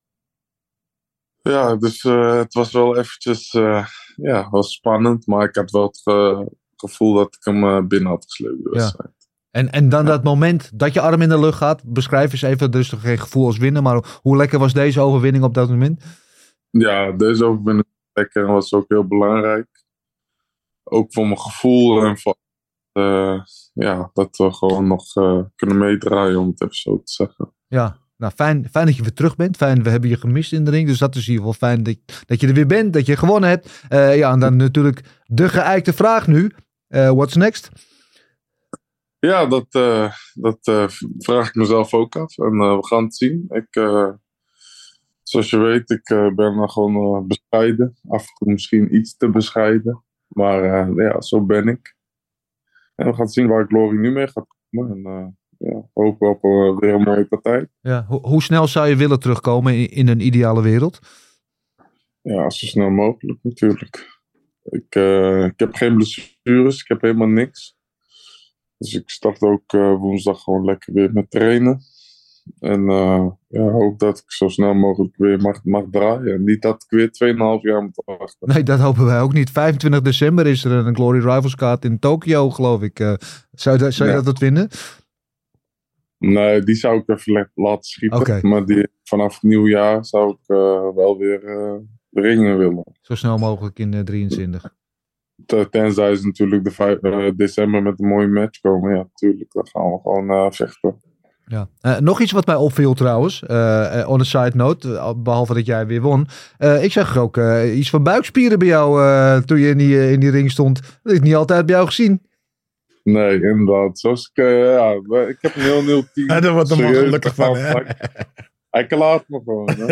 ja, dus uh, het was wel eventjes uh, ja, was spannend, maar ik had wel het uh, gevoel dat ik hem uh, binnen had gesleept. De wedstrijd. Ja. En, en dan ja. Dat moment dat je arm in de lucht gaat, beschrijf eens even, er is toch geen gevoel als winnen, maar hoe lekker was deze overwinning op dat moment? Ja, deze overwinning was lekker en was ook heel belangrijk. Ook voor mijn gevoel en voor uh, ja, dat we gewoon nog uh, kunnen meedraaien, om het even zo te zeggen. Ja. Nou, fijn, fijn dat je weer terug bent. Fijn, we hebben je gemist in de ring. Dus dat is in ieder geval fijn dat, dat je er weer bent. Dat je gewonnen hebt. Uh, ja, en dan natuurlijk de geëikte vraag nu. Uh, what's next? Ja, dat, uh, dat uh, vraag ik mezelf ook af. En uh, we gaan het zien. Ik, uh, zoals je weet, ik uh, ben dan gewoon uh, bescheiden. Af en toe misschien iets te bescheiden. Maar uh, ja, zo ben ik. En we gaan zien waar Glory nu mee gaat komen. En uh, ja, hopen op uh, weer een mooie partij. Ja, ho- hoe snel zou je willen terugkomen in, in een ideale wereld? Ja, zo snel mogelijk natuurlijk. Ik, uh, ik heb geen blessures, ik heb helemaal niks. Dus ik start ook uh, woensdag gewoon lekker weer met trainen. En uh, ja, hoop dat ik zo snel mogelijk weer mag, mag draaien. En niet dat ik weer twee komma vijf jaar moet wachten. Nee, dat hopen wij ook niet. vijfentwintig december is er een Glory Rivals kaart in Tokio, geloof ik. Uh, zou je, zou je ja. dat wat vinden? Nee, die zou ik even laten schieten. Okay. Maar die, vanaf het nieuwjaar zou ik uh, wel weer uh, de ringen willen. Zo snel mogelijk in uh, drieëntwintig. Tenzij ze natuurlijk de vijf, uh, december met een mooie match komen. Ja, natuurlijk. Dan gaan we gewoon uh, vechten. Ja. Uh, nog iets wat mij opviel trouwens. Uh, uh, on a side note. Uh, behalve dat jij weer won. Uh, ik zag ook uh, iets van buikspieren bij jou uh, toen je in die, uh, in die ring stond. Dat heb ik niet altijd bij jou gezien. Nee, inderdaad. Zoals ik, uh, ja, ik heb een heel nieuw team. Ja, daar wordt er maar gelukkig van, hè? Hij klaart me gewoon, hè?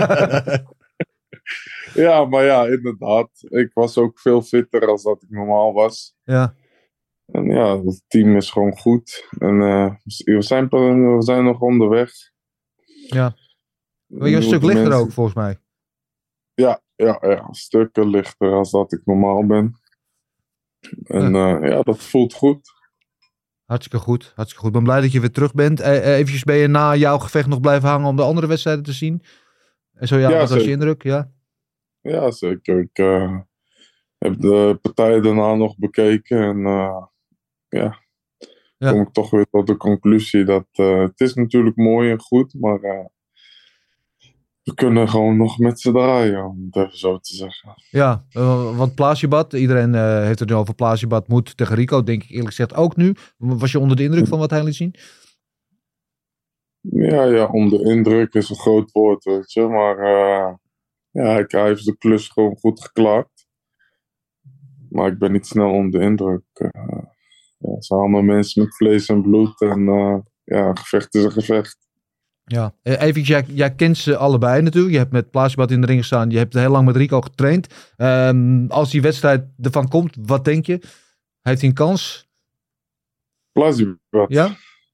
Ja, maar ja, inderdaad. Ik was ook veel fitter als dat ik normaal was. Ja. En ja, het team is gewoon goed. En uh, we, zijn, we zijn nog onderweg. Ja. Ben je een stuk lichter mensen... ook, volgens mij? Ja, ja, ja, stukken lichter als dat ik normaal ben. En ja, uh, ja dat voelt goed. Hartstikke goed, hartstikke goed. Ik ben blij dat je weer terug bent. E- eventjes ben je na jouw gevecht nog blijven hangen om de andere wedstrijden te zien? En zo ja, ja wat was je indruk? Ja, ja zeker. Ik uh, heb de partijen daarna nog bekeken. En uh, ja, ja, kom ik toch weer tot de conclusie dat uh, het is natuurlijk mooi en goed, maar uh, we kunnen gewoon nog met z'n draaien, om het even zo te zeggen. Ja, uh, want Plasibat, iedereen uh, heeft het nu over Plasibat moet tegen Rico, denk ik eerlijk gezegd ook nu. Was je onder de indruk van wat hij liet zien? Ja, ja, onder de indruk is een groot woord, weet je. Maar uh, ja, hij heeft de klus gewoon goed geklaard. Maar ik ben niet snel onder de indruk. Uh, ja, het zijn allemaal mensen met vlees en bloed en uh, ja, een gevecht is een gevecht. Ja, even, jij, jij kent ze allebei natuurlijk. Je hebt met Plasibat in de ring gestaan. Je hebt heel lang met Rico getraind. Um, als die wedstrijd ervan komt, wat denk je? Heeft hij een kans? Plasibat? Ja?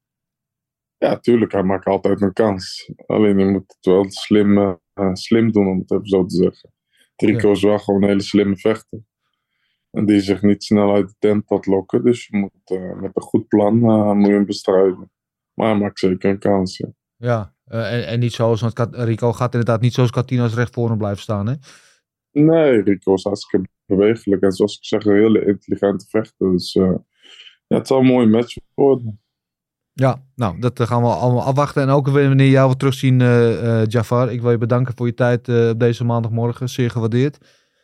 Ja, tuurlijk. Hij maakt altijd een kans. Alleen je moet het wel slim, uh, slim doen, om het even zo te zeggen. Rico ja. is wel gewoon een hele slimme vechter. En die zich niet snel uit de tent laat lokken. Dus je moet uh, met een goed plan uh, moet je hem bestrijden. Maar hij maakt zeker een kans, ja. Ja, uh, en, en niet zoals, want Rico gaat inderdaad niet zoals Catino's recht voor hem blijven staan, hè? Nee, Rico is hartstikke bewegelijk. En zoals ik zeg, een hele intelligente vechter. Dus uh, ja, het zal een mooie match worden. Ja, nou, dat gaan we allemaal afwachten. En ook wanneer jou weer terugzien, uh, uh, Jafar. Ik wil je bedanken voor je tijd uh, op deze maandagmorgen. Zeer gewaardeerd.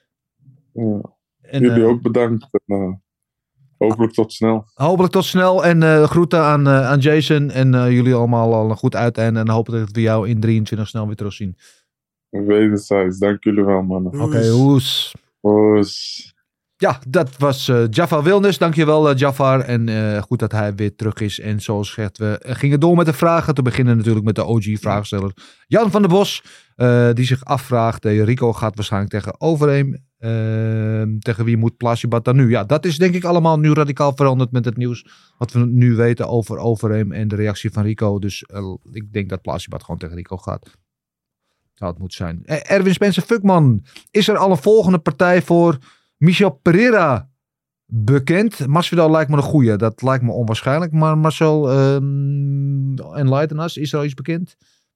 Ja. En, jullie uh, ook bedankt. En, uh, hopelijk tot snel. Hopelijk tot snel. En uh, groeten aan, uh, aan Jason. En uh, jullie allemaal al een goed uiteinde. En hopelijk dat we jou in drieëntwintig snel weer terugzien. Wederzijds. Dank jullie wel, mannen. Oké, okay, hoes. Hoes. Ja, dat was uh, Jafar Wilnis. Dankjewel uh, Jafar. En uh, goed dat hij weer terug is. En zoals gezegd, we gingen door met de vragen. Te beginnen natuurlijk met de O G-vraagsteller Jan van der Bos. Uh, die zich afvraagt. Uh, Rico gaat waarschijnlijk tegen Overeem. Uh, tegen wie moet Plasibat dan nu? Ja, dat is denk ik allemaal nu radicaal veranderd met het nieuws. Wat we nu weten over Overeem en de reactie van Rico. Dus uh, ik denk dat Plasibat gewoon tegen Rico gaat. Zou het moeten zijn. Uh, Erwin Spencer Fuckman. Is er al een volgende partij voor Michel Pereira bekend? Masvidal lijkt me een goeie. Dat lijkt me onwaarschijnlijk. Maar Marcel, um, enlighten us. Is er al iets bekend?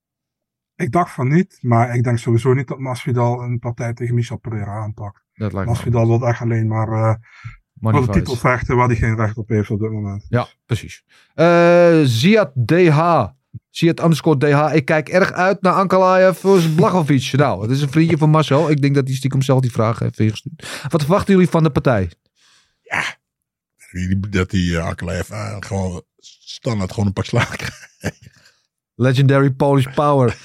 Ik dacht van niet. Maar ik denk sowieso niet dat Masvidal een partij tegen Michel Pereira aanpakt. Dat lijkt Masvidal wil echt alleen maar uh, voor de titel vechten waar hij geen recht op heeft op dit moment. Ja, precies. Uh, Ziad D H. Ziad underscore D H. Ik kijk erg uit naar Ankalaev versus Blachowicz. Nou, het is een vriendje van Marcel. Ik denk dat hij stiekem zelf die vraag heeft ingestuurd. Wat verwachten jullie van de partij? Ja, dat die uh, Ankalaev uh, gewoon standaard gewoon een pak slagen krijgt. Legendary Polish Power.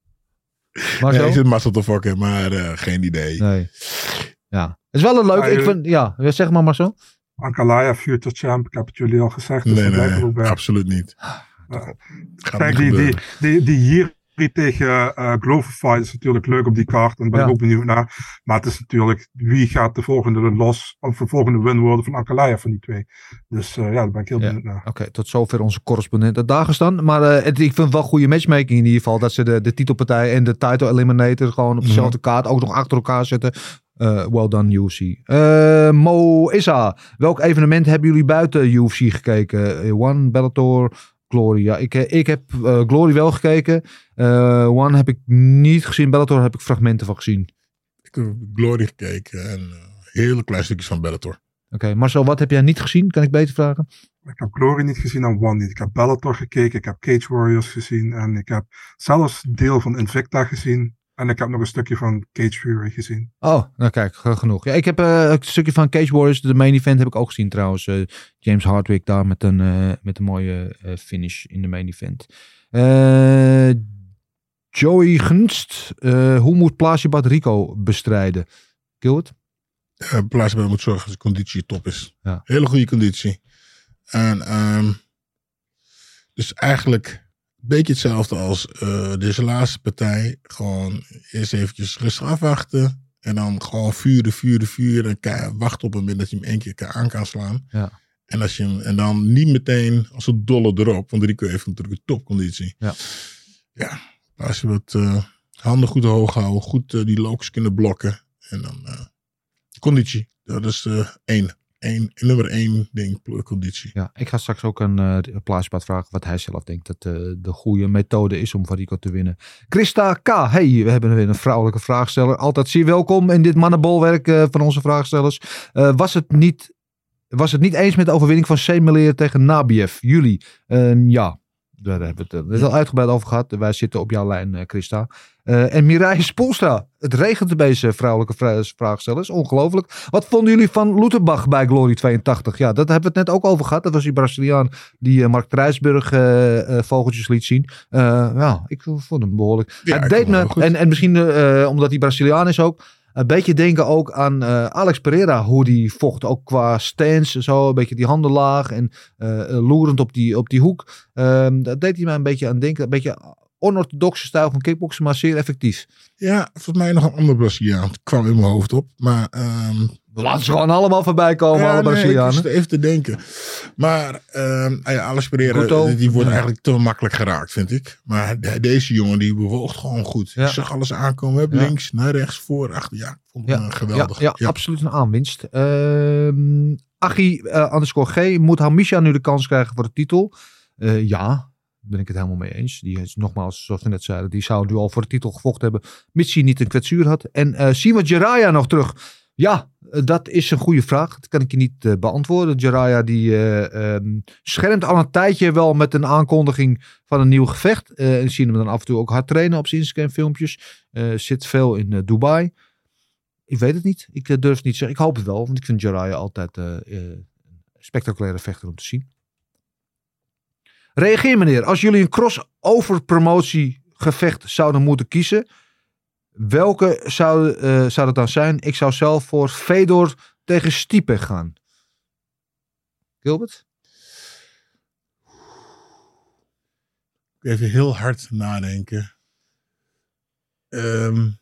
Marcel? Ja, ik zit Marcel te fokken, maar uh, geen idee. Nee. Ja, het is wel een leuk. Ja, ik vind, ja, zeg maar Marcel. Ankalaev, future champ. Ik heb het jullie al gezegd. Dus nee, nee, absoluut niet. Uh, kijk, die, die, die, die hier tegen uh, Glover fight is natuurlijk leuk op die kaart. En daar ben ja. ik ook benieuwd naar. Maar het is natuurlijk, wie gaat de volgende los, of de volgende win worden van Ankalaev van die twee. Dus uh, ja, daar ben ik heel ja. benieuwd naar. Oké, okay, tot zover onze correspondent uit Dagestan. Maar uh, het, ik vind het wel goede matchmaking in ieder geval. Dat ze de, de titelpartij en de title eliminator gewoon op dezelfde ja. kaart ook nog achter elkaar zetten. Uh, well done U F C. Uh, Mo Issa, welk evenement hebben jullie buiten U F C gekeken? Uh, One, Bellator, Glory. Ja, ik, ik heb uh, Glory wel gekeken. Uh, One heb ik niet gezien. Bellator heb ik fragmenten van gezien. Ik heb Glory gekeken en uh, hele kleine stukjes van Bellator. Oké, okay, Marcel, wat heb jij niet gezien? Kan ik beter vragen? Ik heb Glory niet gezien en One niet. Ik heb Bellator gekeken, ik heb Cage Warriors gezien en ik heb zelfs deel van Invicta gezien. En ik heb nog een stukje van Cage Fury gezien. Oh, nou kijk, genoeg. Ja, ik heb uh, een stukje van Cage Warriors, de main event heb ik ook gezien trouwens. Uh, James Hardwick daar met een, uh, met een mooie uh, finish in de main event. Uh, Joey Gunst, uh, hoe moet Placibat Rico bestrijden? Gilbert? Uh, Placibat moet zorgen dat zijn conditie top is. Ja. Hele goede conditie. En um, dus eigenlijk een beetje hetzelfde als uh, deze laatste partij. Gewoon eerst eventjes rustig afwachten. En dan gewoon vuren, vuren, vuren. En wachten op het moment dat je hem één keer aan kan slaan. Ja. En, als je hem, en dan niet meteen als een dolle erop. Want Rico heeft natuurlijk een topconditie. Ja. Ja, als je wat uh, handen goed hoog houden. Goed uh, die locus kunnen blokken. En dan uh, conditie. Dat is uh, één. Eén, nummer één ding, conditie. Ja, ik ga straks ook een uh, Placibat vragen wat hij zelf denkt dat uh, de goede methode is om van Rico te winnen. Christa K. Hey, we hebben weer een vrouwelijke vraagsteller. Altijd zeer welkom in dit mannenbolwerk uh, van onze vraagstellers. Uh, was, het niet, was het niet eens met de overwinning van Semeleer tegen Nabiev? Jullie? Uh, ja, daar hebben we het uh, al uitgebreid over gehad. Wij zitten op jouw lijn, uh, Christa. Uh, en Mireille Spoelstra. Het regent bij deze vrouwelijke vraagstellers. Ongelooflijk. Wat vonden jullie van Luterbach bij Glory tweeëntachtig? Ja, dat hebben we het net ook over gehad. Dat was die Braziliaan die uh, Mark Trijsburg uh, uh, vogeltjes liet zien. Uh, ja, ik vond hem behoorlijk. Ja, het deed me, en, en misschien uh, omdat hij Braziliaan is ook, een beetje denken ook aan uh, Alex Pereira. Hoe die vocht ook qua stance. Zo, een beetje die handen laag en uh, loerend op die, op die hoek. Uh, dat deed hij mij een beetje aan denken. Een beetje onorthodoxe stijl van kickboksen, maar zeer effectief. Ja, volgens mij nog een ander Braziliaan. Het kwam in mijn hoofd op. Maar um, laten ze gewoon allemaal voorbij komen, ja, alle Brazilianen. Nee, even te denken. Maar um, ja, Alex Pereira, Guto, die wordt ja. eigenlijk te makkelijk geraakt, vind ik. Maar deze jongen, die bewoog gewoon goed. Ja. Ik zag alles aankomen. Heb, ja. Links, naar rechts, voor, achter. Ja, ik vond het ja. geweldig. Ja, ja, ja, absoluut een aanwinst. Uh, Achie, uh, underscore G, moet Hamisha nu de kans krijgen voor de titel? Uh, ja. Ben ik het helemaal mee eens. Die is nogmaals, zoals we net zeiden, die zou nu al voor de titel gevochten hebben, mits hij niet een kwetsuur had. En uh, zien we Jiraiya nog terug? Ja, uh, dat is een goede vraag. Dat kan ik je niet uh, beantwoorden. Jiraiya die uh, um, schermt al een tijdje wel met een aankondiging van een nieuw gevecht. Uh, en zien hem dan af en toe ook hard trainen op zijn Instagram filmpjes. Uh, zit veel in uh, Dubai. Ik weet het niet. Ik uh, durf het niet te zeggen. Ik hoop het wel, want ik vind Jiraiya altijd uh, uh, een spectaculaire vechter om te zien. Reageer meneer, als jullie een crossover promotiegevecht zouden moeten kiezen, welke zou, uh, zou dat dan zijn? Ik zou zelf voor Fedor tegen Stipe gaan. Gilbert? Even heel hard nadenken. Um,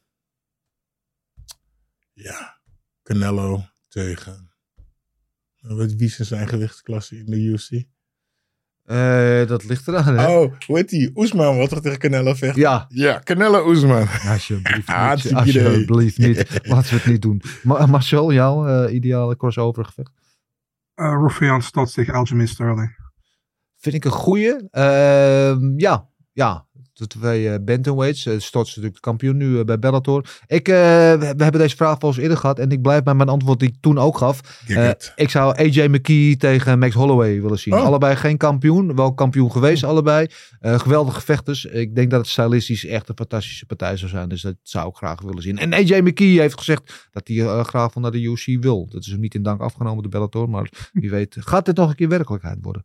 ja, Canelo tegen, wat wie is zijn gewichtsklasse in de U F C? Uh, dat ligt eraan, hè? Oh, hoe heet die? Oesman, wat er tegen Canelo vecht? Ja. Ja, Canelo Oesman. Alsjeblieft niet. Alsjeblieft niet. Laten we het niet doen. Maar Marcel, jouw uh, ideale crossover gevecht? Uh, Rafael Stotts tegen Aljamain Sterling. Vind ik een goeie. Uh, ja, ja. De twee uh, bantamweights. Uh, Stotts is natuurlijk de kampioen nu uh, bij Bellator. Ik, uh, we, we hebben deze vraag al eens eerder gehad. En ik blijf bij mijn antwoord die ik toen ook gaf. Uh, ik zou A J McKee tegen Max Holloway willen zien. Oh. Allebei geen kampioen. Wel kampioen geweest, allebei. Uh, geweldige vechters. Ik denk dat het stylistisch echt een fantastische partij zou zijn. Dus dat zou ik graag willen zien. En A J McKee heeft gezegd dat hij uh, graag van naar de U F C wil. Dat is hem niet in dank afgenomen, de Bellator. Maar wie weet, gaat dit nog een keer werkelijkheid worden?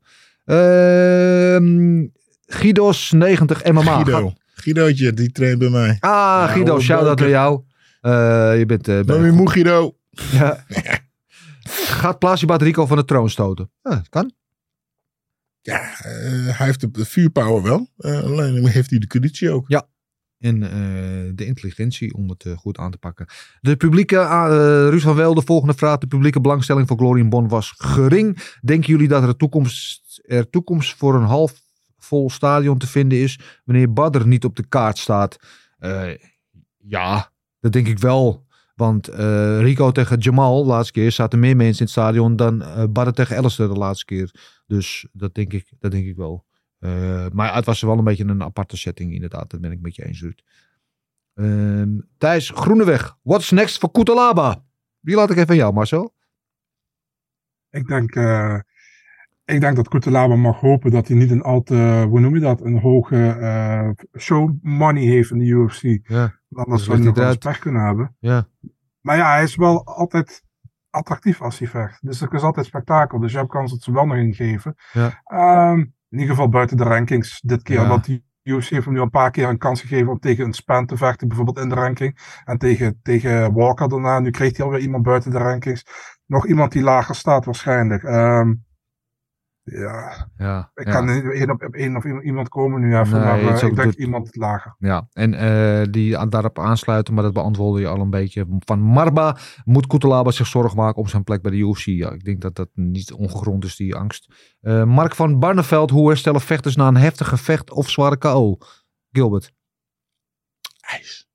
Uh, Guido's negentig M M A. Guido. Guidootje, die traint bij mij. Ah, ja, Guido, shout-out naar jou. Uh, je bent... Uh, ben je moe, Guido? Ja. Gaat Placibat Rico van de troon stoten? Ja, dat kan. Ja, uh, hij heeft de vuurpower wel. Uh, alleen heeft hij de conditie ook. Ja. En uh, de intelligentie om het uh, goed aan te pakken. De publieke, uh, Ruud van Wel, de volgende vraag. De publieke belangstelling voor Glory in Bonn was gering. Denken jullie dat er, toekomst, er toekomst voor een half vol stadion te vinden is wanneer Badr niet op de kaart staat? Uh, ja, dat denk ik wel. Want uh, Rico tegen Jamal de laatste keer zaten meer mensen in het stadion dan uh, Badr tegen Alistair de laatste keer. Dus dat denk ik, dat denk ik wel. Uh, maar het was wel een beetje een aparte setting inderdaad. Dat ben ik met je eens, Ruud. Uh, Thijs Groeneweg. What's next voor Kutalaba? Die laat ik even aan jou, Marcel. Ik denk... Uh... Ik denk dat Kutalaba mag hopen dat hij niet een al te, hoe noem je dat, een hoge uh, show money heeft in de U F C. Ja. Anders zou hij nog wel eens pech kunnen hebben. Ja. Maar ja, hij is wel altijd attractief als hij vecht. Dus er is altijd spektakel. Dus je hebt kans dat ze wel nog ingeven. Ja. Um, in ieder geval buiten de rankings dit keer. Ja. Want die U F C heeft hem nu een paar keer een kans gegeven om tegen een Span te vechten. Bijvoorbeeld in de ranking. En tegen, tegen Walker daarna. Nu kreeg hij alweer iemand buiten de rankings. Nog iemand die lager staat waarschijnlijk. Um, Ja, ja, ik ja. kan niet één op één of iemand komen nu even, Nee, maar uh, ik denk doet... iemand lager. Ja, en uh, die aan, daarop aansluiten, maar dat beantwoordde je al een beetje. Van Marba moet Cutelaba zich zorgen maken om zijn plek bij de U F C. Ja, ik denk dat dat niet ongegrond is, die angst. Uh, Mark van Barneveld, hoe herstellen vechters na een heftig gevecht of zware K O? Gilbert? IJs.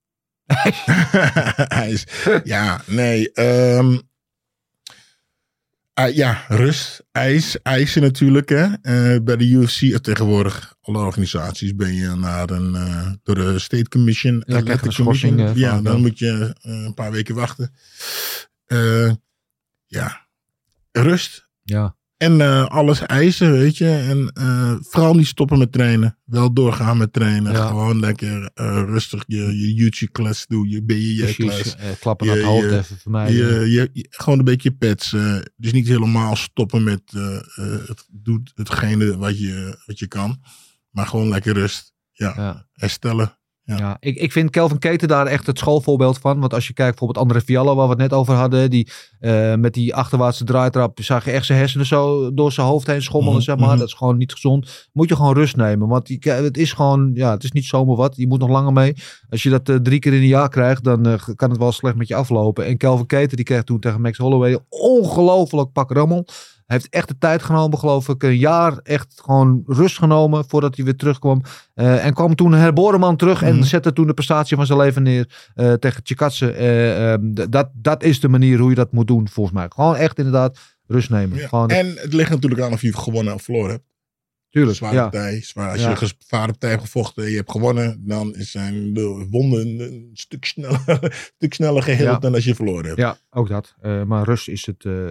IJs. Ja, nee. Um... Uh, ja, rust, ijs, ijzen natuurlijk. Hè. Uh, bij de U F C uh, tegenwoordig, alle organisaties ben je naar een, uh, door de State Commission. Ja, krijg een schorsing. Uh, ja, dan moet je uh, een paar weken wachten. Uh, ja, rust. Ja. En uh, alles eisen, weet je. En uh, vooral niet stoppen met trainen. Wel doorgaan met trainen. Ja. Gewoon lekker uh, rustig je, je YouTube-klas doen. Je B J J-klas. Uh, klappen naar het hoofd je, even voor mij. Je, je, je, gewoon een beetje pets. Uh, dus niet helemaal stoppen met uh, uh, het, doet hetgene wat je, wat je kan. Maar gewoon lekker rust. Ja, ja. Herstellen. Ja. Ja, ik, ik vind Kelvin Keter daar echt het schoolvoorbeeld van. Want als je kijkt bijvoorbeeld André Fiallo, waar we het net over hadden. Die uh, met die achterwaartse draaitrap zag je echt zijn hersenen zo door zijn hoofd heen schommelen. Mm-hmm. Zeg maar. Dat is gewoon niet gezond. Moet je gewoon rust nemen. Want die, het is gewoon, ja, het is niet zomaar wat. Je moet nog langer mee. Als je dat uh, drie keer in een jaar krijgt, dan uh, kan het wel slecht met je aflopen. En Kelvin Keter, die kreeg toen tegen Max Holloway ongelooflijk pak rammel. Hij heeft echt de tijd genomen, geloof ik. Een jaar echt gewoon rust genomen voordat hij weer terugkwam. Uh, en kwam toen een herboren man terug mm-hmm. en zette toen de prestatie van zijn leven neer uh, tegen Chikadze. Uh, um, d- dat, dat is de manier hoe je dat moet doen, volgens mij. Gewoon echt inderdaad rust nemen. Ja. Gewoon... En het ligt natuurlijk aan of je gewonnen of verloren hebt. Tuurlijk, zware ja. partij. Zwaar. Als ja. je een zware partij hebt gevochten en je hebt gewonnen, dan zijn de wonden een stuk sneller, een stuk sneller geheeld ja. dan als je verloren hebt. Ja, ook dat. Uh, maar rust is het... Uh, uh,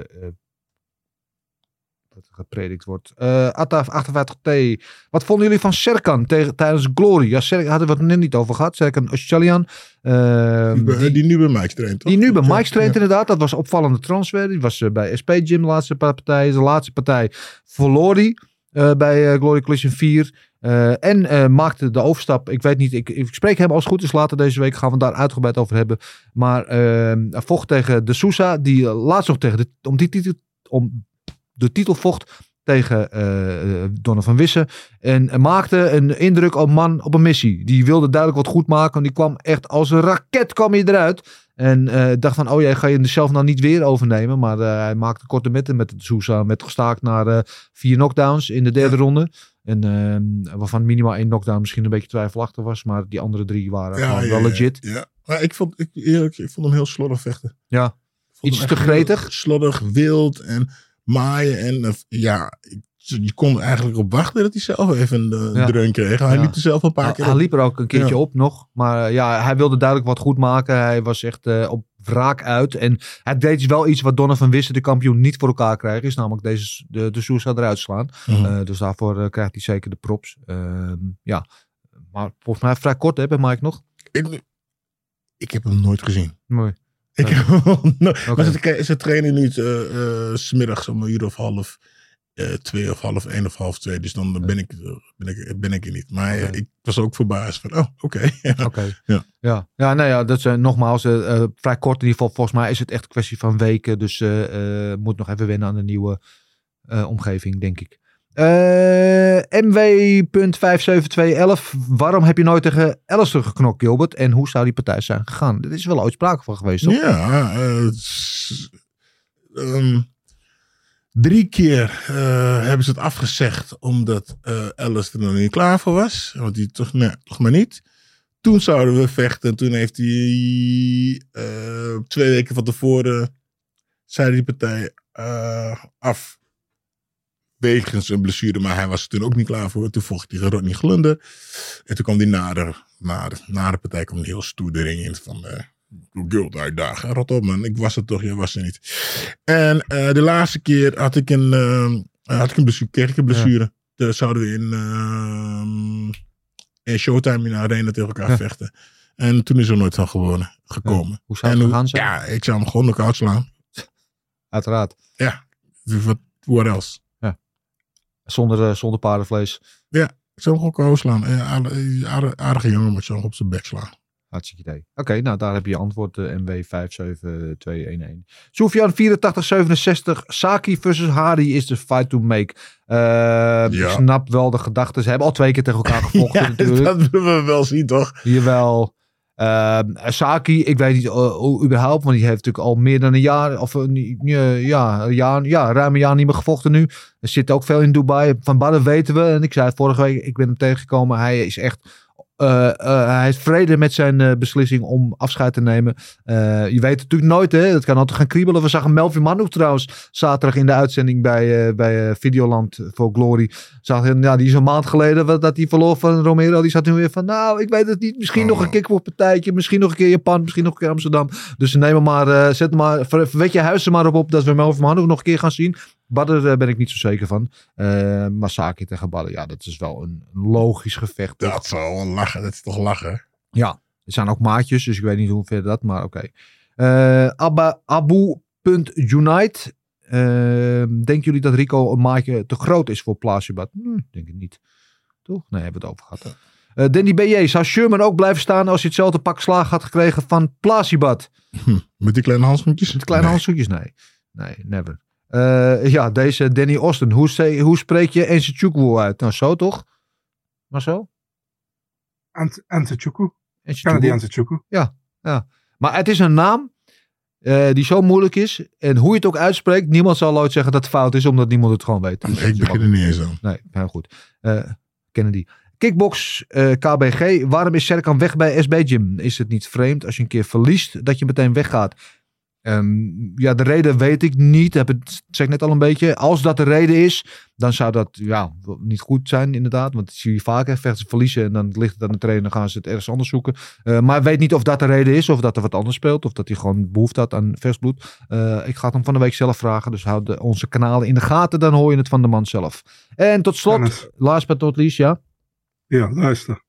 dat gepredikt wordt. Uh, Ataf achtenvijftig T. Wat vonden jullie van Serkan tegen, tijdens Glory? Ja, Serkan hadden we het net niet over gehad. Serkan Australian. Uh, die, die, die nu bij Mike traint, toch? Die nu bij Mike traint, ja. Inderdaad. Dat was een opvallende transfer. Die was uh, bij S P Gym de laatste partij. De laatste partij verloor hij uh, bij uh, Glory Collision vier. Uh, en uh, maakte de overstap. Ik weet niet, ik, ik spreek hem als het goed is. Later deze week gaan we daar uitgebreid over hebben. Maar uh, vocht tegen de Sousa. Die uh, laatst nog tegen de, om die titel... Om, de titel vocht tegen uh, Donovan Wisse. En uh, maakte een indruk op een man op een missie. Die wilde duidelijk wat goed maken. En die kwam echt als een raket kwam hij eruit. En uh, dacht van, oh jij ga je zelf nou niet weer overnemen. Maar uh, hij maakte korte metten met de Sousa. Met gestaakt naar uh, vier knockdowns in de derde ja. ronde. En uh, waarvan minimaal één knockdown misschien een beetje twijfelachtig was. Maar die andere drie waren ja, gewoon ja, wel legit. Ja, ja. Maar ik vond, ik, eerlijk, ik vond hem heel slordig vechten. Ja, iets te gretig. Slordig, wild en... maaien en ja, je kon eigenlijk op wachten dat hij zelf even een ja. dreun kreeg. Hij ja. liep er zelf een paar hij, keer Hij op. liep er ook een keertje ja. op nog. Maar uh, ja, hij wilde duidelijk wat goed maken. Hij was echt uh, op wraak uit. En hij deed wel iets wat Donovan Wisse, de kampioen, niet voor elkaar krijgt. Is namelijk deze, de, de Sousa eruit slaan. Mm-hmm. Uh, dus daarvoor uh, krijgt hij zeker de props. Uh, ja, maar volgens mij vrij kort hè, bij Mike nog. Ik, ik heb hem nooit gezien. Mooi. Ik heb hem nooit, okay. Maar ze, ze trainen nu uh, uh, 's middags om een uur of half uh, twee of half één of half twee. Dus dan ben ik, ben ik, ben ik er niet. Maar okay. uh, ik was ook verbaasd van, oh, oké. Okay. okay. ja. Ja. ja, nou ja, dat is uh, nogmaals uh, uh, vrij kort in ieder geval. Volgens mij is het echt een kwestie van weken. Dus uh, uh, moet nog even wennen aan de nieuwe uh, omgeving, denk ik. Uh, M W vijf zeven twee een een. Waarom heb je nooit tegen Alistair geknokt, Gilbert? En hoe zou die partij zijn gegaan? Er is wel ooit sprake van geweest, toch? Ja, uh, um, drie keer uh, hebben ze het afgezegd omdat uh, Alistair er nog niet klaar voor was. Want die toch, nee, toch maar niet. Toen zouden we vechten. Toen heeft hij uh, twee weken van tevoren zei die partij uh, af. Wegens een blessure, maar hij was er toen ook niet klaar voor. Toen vocht hij tegen Rodney Glunder. En toen kwam hij na de, na de, na de partij kwam hij heel stoer de ring in van uh, Guld uitdagen. Rot op man, ik was er toch, jij was er niet. En uh, de laatste keer had ik een, uh, had ik een blessure, kreeg ik een blessure. Ja. Toen zouden we in, uh, in Showtime in de arena tegen elkaar ja. vechten. En toen is er nooit van gewonnen, gekomen. Ja, hoe zou het en gegaan zijn? Ja, ik zou hem gewoon knock-out slaan. Uiteraard. Ja, wat what else? Ja. Zonder, uh, zonder paardenvlees. Ja, ik zou hem gewoon slaan. Uh, aardige, aardige, aardige jongen, maar ik zou hem op zijn bek slaan. Hartstikke idee. Oké, okay, nou daar heb je je antwoord. Uh, M W vijf zeven twee een een. Soufiane vierentachtig zevenenzestig. Saki versus Hardy is de fight to make. Uh, ja. Ik snap wel de gedachten. Ze hebben al twee keer tegen elkaar gevochten ja, natuurlijk. Dat willen we wel zien, toch? Jawel. Uh, Saki, ik weet niet uh, überhaupt, want die heeft natuurlijk al meer dan een jaar, of uh, ja, een jaar, ja, ruim een jaar niet meer gevochten nu. Er zit ook veel in Dubai. Van Badden weten we, en ik zei het vorige week, ik ben hem tegengekomen. Hij is echt, uh, uh, hij is vrede met zijn uh, beslissing om afscheid te nemen. Uh, je weet het natuurlijk nooit, hè. Dat kan altijd gaan kriebelen. We zagen Melvin Manhoef trouwens zaterdag in de uitzending bij, uh, bij uh, Videoland voor Glory. Zag, ja, die is een maand geleden dat hij verloor van Romero. Die zat nu weer van, nou, ik weet het niet. Misschien oh. nog een kickboxpartijtje. Misschien nog een keer Japan. Misschien nog een keer Amsterdam. Dus neem hem maar, uh, zet maar, weet je huis er maar op, op dat we Melvin Manhoef nog een keer gaan zien. Badder uh, ben ik niet zo zeker van. Uh, maar Saki tegen Badder, ja, dat is wel een logisch gevecht. Toch? Dat is wel lachen. Dat is toch lachen? Ja, er zijn ook maatjes, dus ik weet niet hoe ver dat, maar oké. Okay. Uh, Abu.unite. Uh, denken jullie dat Rico een maatje te groot is voor Plasibat? Hm, denk ik niet. Toch? Nee, hebben we het over gehad. Uh, Danny B J, zou Sherman ook blijven staan als hij hetzelfde pak slaag had gekregen van Plasibat? Hm, met die kleine handschoentjes? Met kleine nee. handschoentjes? Nee. Nee, never. Uh, ja, deze Danny Austin. Hoe, se- hoe spreek je Ensechukwu uit? Nou, zo toch? Maar zo? Ensechukwu. Ensechukwu. Ja, ja. Maar het is een naam uh, die zo moeilijk is. En hoe je het ook uitspreekt, niemand zal ooit zeggen dat het fout is, omdat niemand het gewoon weet. Nee, ik begin er niet eens aan. Nee, heel goed. Uh, Kennedy. Kickbox uh, K B G. Waarom is Serkan weg bij S B Gym? Is het niet vreemd als je een keer verliest dat je meteen weggaat? Um, ja, de reden weet ik niet. Heb het, zeg ik net al een beetje. Als dat de reden is, dan zou dat ja, niet goed zijn inderdaad. Want dat zie je vaker. Vechten verliezen en dan ligt het aan de trainer. Dan gaan ze het ergens anders zoeken. Uh, maar ik weet niet of dat de reden is. Of dat er wat anders speelt. Of dat hij gewoon behoefte had aan vers bloed. Uh, ik ga het hem van de week zelf vragen. Dus houd de, onze kanalen in de gaten. Dan hoor je het van de man zelf. En tot slot, Dennis. Last but not least, ja? Ja, luister.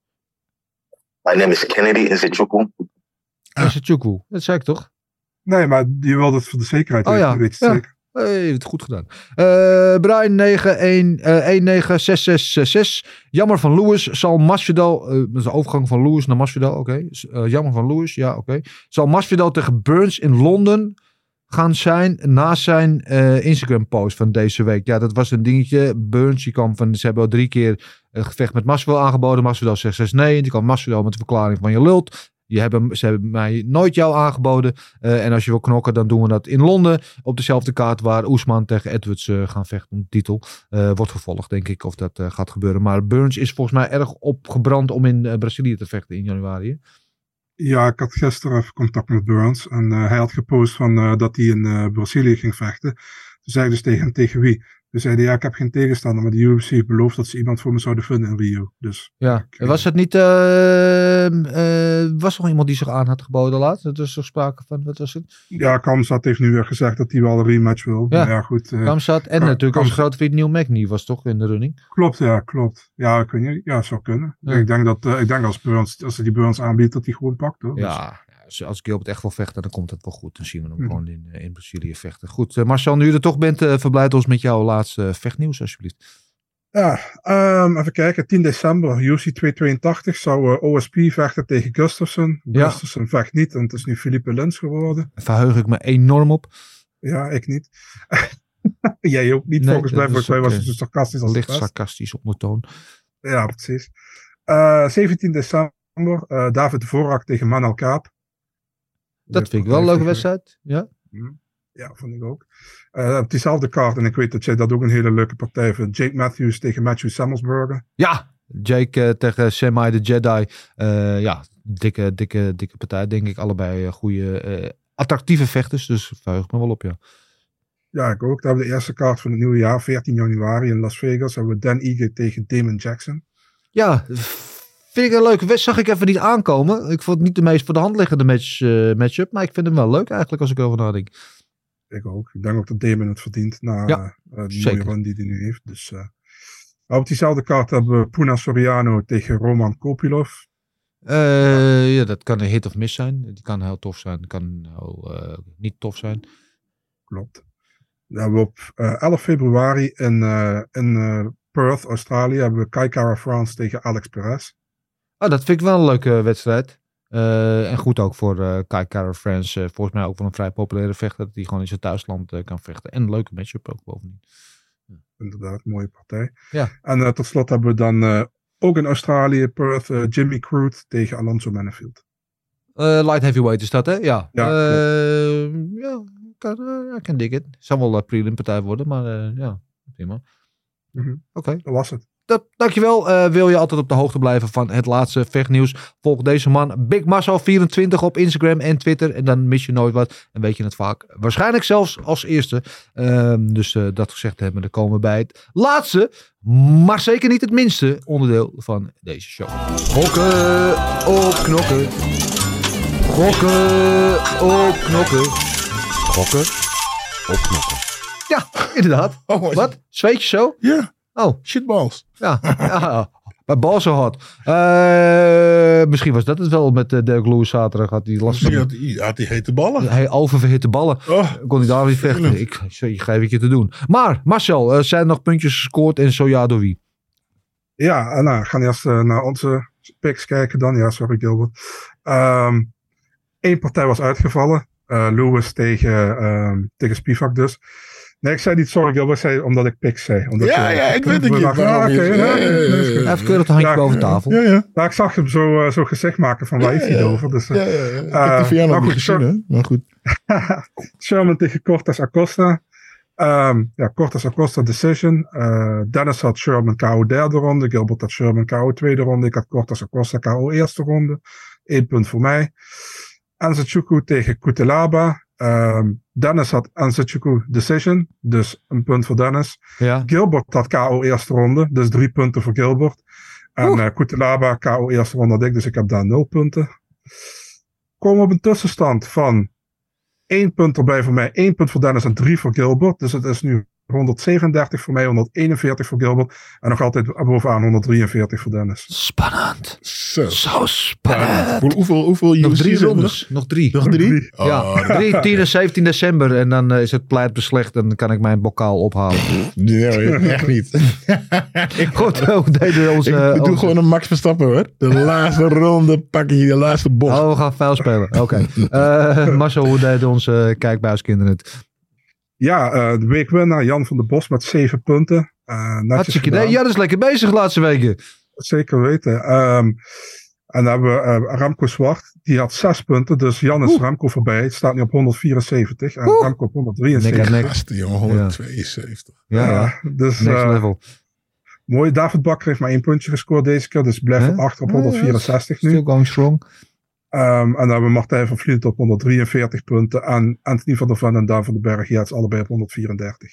My name is Kennedy Ensechukwu. Ensechukwu, dat zei ik toch? Nee, maar je wilde het voor de zekerheid oh, weten. Ja. Weet je het ja. zeker. Hey, je hebt het goed gedaan. Uh, Brian negen een negen zes zes zes. Jammer van Lewis. Zal Masvidal... Uh, dat is de overgang van Lewis naar Masvidal. Oké. Okay. Uh, jammer van Lewis. Ja, oké. Okay. Zal Masvidal tegen Burns in Londen gaan zijn na zijn uh, Instagram post van deze week? Ja, dat was een dingetje. Burns, die kwam van... Ze hebben al drie keer een gevecht met Masvidal aangeboden. Masvidal zegt zes nee. En die kwam Masvidal met de verklaring van je lult. Je hebben, ze hebben mij nooit jou aangeboden. Uh, en als je wil knokken, dan doen we dat in Londen. Op dezelfde kaart waar Oesman tegen Edwards uh, gaan vechten om de titel. Uh, wordt vervolgd, denk ik, of dat uh, gaat gebeuren. Maar Burns is volgens mij erg opgebrand om in uh, Brazilië te vechten in januari. Hè? Ja, ik had gisteren even contact met Burns. En uh, hij had gepost van, uh, dat hij in uh, Brazilië ging vechten. Toen zei ik dus tegen hem, tegen wie? Dus zei hij, ja, ik heb geen tegenstander, maar de U F C heeft beloofd dat ze iemand voor me zouden vinden in Rio. Dus, ja, ik, was het niet, uh, uh, was er nog iemand die zich aan had geboden laat? Dat was toch sprake van, wat was het? Ja, Khamzat heeft nu weer gezegd dat hij wel een rematch wil. Ja, ja goed. Uh, Khamzat en Kam, natuurlijk Kam, onze grote vriend Neil Magny was toch in de running? Klopt, ja, klopt. Ja, ik weet niet, ja, het zou kunnen. Ja. Ik denk dat, uh, ik denk als, Burns, als ze die Burns aanbiedt, dat hij gewoon pakt, hoor. Ja. Dus. Als Gilbert echt wil vechten, dan komt het wel goed. Dan zien we hem mm. gewoon in, in Brazilië vechten. Goed, uh, Marcel, nu je er toch bent, uh, verblijd ons met jouw laatste uh, vechtnieuws, alsjeblieft. Ja, um, even kijken. tien december, U F C tweehonderdtweeëntachtig zou uh, O S P vechten tegen Gustafsson. Ja. Gustafsson vecht niet, en het is nu Philippe Lins geworden. Daar verheug ik me enorm op. Ja, ik niet. Jij ook niet, nee, volgens mij. Volgens mij was het dus sarcastisch als licht het sarcastisch op mijn toon. Ja, precies. Uh, zeventien december, uh, David de Vorak tegen Manel Kaap. Dat vind ik wel een leuke wedstrijd. Ja, ja, vond ik ook. Uh, op diezelfde kaart, en ik weet dat jij dat ook een hele leuke partij vindt. Jake Matthews tegen Matthew Semmelsberger. Ja, Jake uh, tegen Semi de Jedi. Uh, ja, dikke, dikke, dikke partij. Denk ik allebei uh, goede, uh, attractieve vechters. Dus verheug me wel op, ja. Ja, ik ook. Dan hebben we de eerste kaart van het nieuwe jaar, veertien januari in Las Vegas. Hebben we Dan Ige tegen Damon Jackson. Ja, vind ik een leuke wedstrijd. Zag ik even niet aankomen. Ik vond het niet de meest voor de hand liggende match, uh, matchup. Maar ik vind hem wel leuk eigenlijk als ik erover nadenk. Ik ook. Ik denk ook dat Damon het verdient. Na ja, uh, die mooie run die hij nu heeft. Dus, uh, op diezelfde kaart hebben we Puna Soriano tegen Roman Kopilov. Uh, ja, dat kan een hit of miss zijn. Die kan heel tof zijn, kan heel uh, niet tof zijn. Klopt. Dan hebben we op uh, elf februari in, uh, in uh, Perth, Australië, hebben we Kai Kara France tegen Alex Perez. Oh, dat vind ik wel een leuke wedstrijd. Uh, en goed ook voor uh, Kai Kara France. Uh, volgens mij ook wel een vrij populaire vechter. Die gewoon in zijn thuisland uh, kan vechten. En een leuke matchup ook bovendien. Ja. Inderdaad, mooie partij. Ja. En uh, tot slot hebben we dan uh, ook in Australië, Perth, uh, Jimmy Crute tegen Alonso Menifield. Uh, light heavyweight is dat, hè? Ja. Ja, uh, ja kan, uh, kan dig it. Zal wel een prelim partij worden, maar uh, ja, prima. Mm-hmm. Oké. Okay. Dat was het. Dat, dankjewel. Uh, wil je altijd op de hoogte blijven van het laatste vechtnieuws? Volg deze man Big Marcel vierentwintig op Instagram en Twitter. En dan mis je nooit wat. En weet je het vaak. Waarschijnlijk zelfs als eerste. Uh, dus uh, dat gezegd hebben, dan komen we bij het laatste. Maar zeker niet het minste onderdeel van deze show. Gokken op knokken. Gokken op knokken. Gokken op knokken. Ja, inderdaad. Oh, wat? Zweet je zo? Ja. Oh. Shitballs. Ja, ja. Bij balls so hot. Uh, misschien was dat het wel met uh, Derek Lewis zaterdag. Had hij last van... Had hij, had hij hete ballen. Hij oververhitte ballen. Oh, kon hij daar weer vechten. Ik, ik geef het je te doen. Maar Marcel, uh, zijn er nog puntjes gescoord en zo ja door wie? Ja, nou, we gaan eerst uh, naar onze picks kijken dan. Ja, sorry Gilbert. Um, Eén partij was uitgevallen. Uh, Lewis tegen, um, tegen Spivak dus. Nee, ik zei niet sorry Gilbert, ik zei omdat ik picks zei. Omdat ja, je, ja, ik weet het niet. Ah, ja, okay, ja, ja, ja, even keurig het handje ja, boven tafel. Ja, ja. Ja, ik zag hem zo, uh, zo gezegd maken van waar ja, heeft hij ja. het over. Dus, uh, ja, ja, ja. Ik heb die van jou nog niet gezien, hè? Maar goed. Sherman tegen Cortes Acosta. Um, ja, Cortes Acosta decision. Uh, Dennis had Sherman K O derde ronde. Gilbert had Sherman K O tweede ronde. Ik had Cortes Acosta K O eerste ronde. Eén punt voor mij. Anzechukwu tegen Kutelaba. Um, Dennis had Anzechukwu decision. Dus een punt voor Dennis. Ja. Gilbert had K O eerste ronde. Dus drie punten voor Gilbert. En uh, Kutelaba K O eerste ronde had ik. Dus ik heb daar nul punten. Komen we op een tussenstand van één punt erbij voor mij. één punt voor Dennis en drie voor Gilbert. Dus het is nu honderdzevenendertig voor mij, honderdeenenveertig voor Gilbert. En nog altijd bovenaan honderddrieënveertig voor Dennis. Spannend. Zo, Zo spannend. Ja, hoeveel, hoeveel nog drie rondes? rondes. Nog drie. Nog drie? Ja, Oh, drie, tien en zeventien december. En dan uh, is het pleit beslecht. En dan kan ik mijn bokaal ophalen. Nee, echt niet. Goed, hoe deden onze... Ik uh, doe onze... gewoon een Max Verstappen hoor. De laatste ronde pak je de laatste bocht. Oh, we gaan vuil spelen. Oké. Okay. Uh, Marcel, hoe deden onze kijkbuiskinderen het? Ja, uh, de weekwinnaar Jan van der Bos met zeven punten. Uh, Hartstikke idee. Ja, dat is lekker bezig de laatste weken. Zeker weten. Um, en dan hebben we uh, Remco Zwart. Die had zes punten. Dus Jan is Oeh. Remco voorbij. Het staat nu op honderdvierenzeventig. En Oeh. Remco op honderddrieënzeventig. Nek Gasten, jongen, honderdtweeënzeventig. Ja, ja. ja dus, next uh, level. Mooi. David Bakker heeft maar één puntje gescoord deze keer. Dus blijft huh? op achter op honderdvierenzestig ja, nu. Still going strong. Um, en dan hebben we Martijn van Vliet op honderddrieënveertig punten. En Anthony van der Ven en Daan van den Berg. Ja, het is allebei op honderdvierendertig.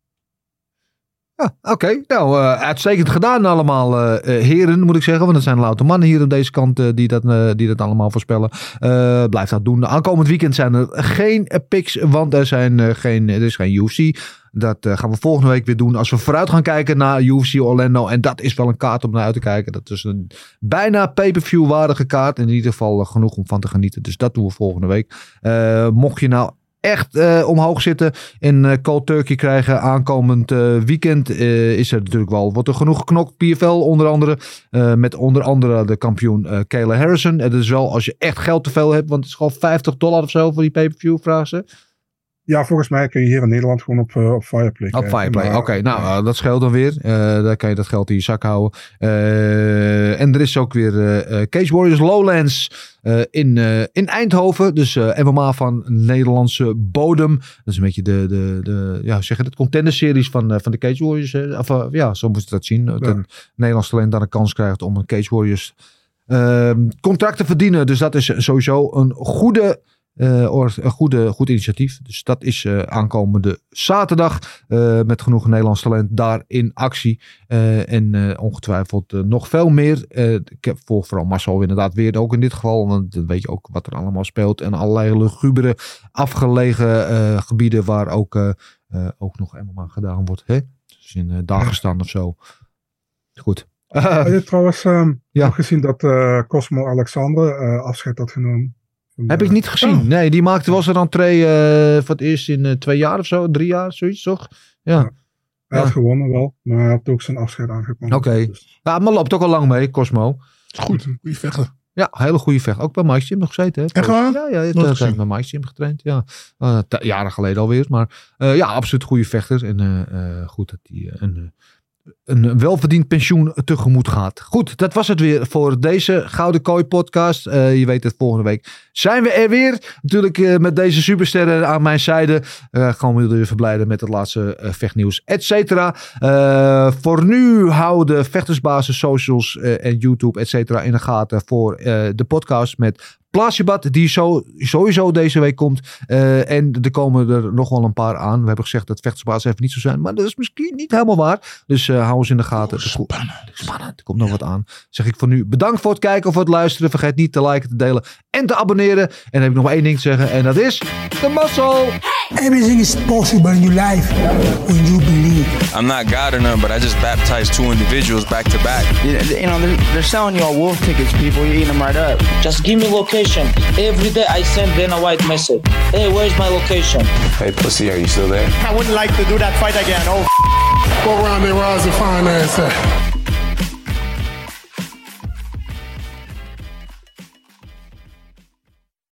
Ja, oké. Okay. Nou, uh, uitstekend gedaan allemaal, uh, uh, heren, moet ik zeggen. Want het zijn louter mannen hier aan deze kant uh, die, dat, uh, die dat allemaal voorspellen. Uh, blijf dat doen. Aankomend weekend zijn er geen uh, picks, want er, zijn, uh, geen, er is geen U F C. Dat uh, gaan we volgende week weer doen als we vooruit gaan kijken naar U F C Orlando. En dat is wel een kaart om naar uit te kijken. Dat is een bijna pay-per-view waardige kaart. In ieder geval uh, genoeg om van te genieten. Dus dat doen we volgende week. Uh, mocht je nou echt uh, omhoog zitten en uh, cold turkey krijgen aankomend uh, weekend uh, is er natuurlijk wel wordt er genoeg geknokt. P F L onder andere uh, met onder andere de kampioen uh, Kayla Harrison. Het is wel als je echt geld te veel hebt, want het is gewoon vijftig dollar of zo voor die pay-per-view, vragen ze. Ja, volgens mij kun je hier in Nederland gewoon op, uh, op Fireplay Op Fireplay, oké. Okay. Nou, uh, dat scheelt dan weer. Uh, daar kan je dat geld in je zak houden. Uh, en er is ook weer uh, Cage Warriors Lowlands uh, in, uh, in Eindhoven. Dus uh, M M A van Nederlandse bodem. Dat is een beetje de, de, de ja, zeg je het, contender-series van, uh, van de Cage Warriors. Uh, of, uh, ja, zo moet je dat zien. Dat ja. een Nederlands talent dan een kans krijgt om een Cage Warriors uh, contract te verdienen. Dus dat is sowieso een goede... Uh, een goede, goed initiatief. Dus dat is uh, aankomende zaterdag. Uh, met genoeg Nederlands talent daar in actie. Uh, en uh, ongetwijfeld uh, nog veel meer. Uh, ik heb volg vooral Marcel inderdaad weer ook in dit geval. Want dan weet je ook wat er allemaal speelt. En allerlei lugubere afgelegen uh, gebieden waar ook, uh, uh, ook nog M M A gedaan wordt. Hè? Dus in uh, Dagestan of zo. Goed. Uh, Heb je trouwens um, ja. gezien dat uh, Cosmo Alexander uh, afscheid had genomen? Heb uh, ik niet gezien. Oh. Nee, die maakte was er entree uh, voor het eerst in uh, twee jaar of zo. Drie jaar, zoiets toch? Ja. ja. Hij ja. had gewonnen wel, maar hij had ook zijn afscheid aangekondigd. Oké. Okay. Dus. Ja, maar loopt ook al lang mee, Cosmo. Goed, goede vechter. Ja, hele goede vechter. Ook bij Mike Sim nog gezeten. Hè? Echt waar? Ja, ja, hij heeft uh, bij Mike Sim getraind. Ja. Uh, t- jaren geleden alweer. Maar uh, ja, absoluut goede vechter. En uh, uh, goed dat hij uh, een... Uh, een welverdiend pensioen tegemoet gaat. Goed, dat was het weer voor deze Gouden Kooi podcast. Uh, je weet het, volgende week zijn we er weer. Natuurlijk uh, met deze supersterren aan mijn zijde. Uh, gaan we jullie verblijden met het laatste uh, vechtnieuws, et cetera. Uh, voor nu houden de vechtersbasis, socials uh, en YouTube, et cetera in de gaten voor uh, de podcast met Plaatsjebat, die zo, sowieso deze week komt. Uh, en er komen er nog wel een paar aan. We hebben gezegd dat vechtersbasis even niet zo zijn. Maar dat is misschien niet helemaal waar. Dus uh, hou eens in de gaten. Oh, spannend. Spannend. Er komt nog wat aan. Zeg ik voor nu bedankt voor het kijken of voor het luisteren. Vergeet niet te liken, te delen en te abonneren. En dan heb ik nog maar één ding te zeggen. En dat is de muscle. Everything is possible in your life when you believe. I'm not God or none, but I just baptized two individuals back to back. You, you know, they're, they're selling you all wolf tickets, people. You're eating them right up. Just give me location. Every day I send Dana White message. Hey, where's my location? Hey, pussy, are you still there? I wouldn't like to do that fight again. Oh, go around there, where's the fine ass at?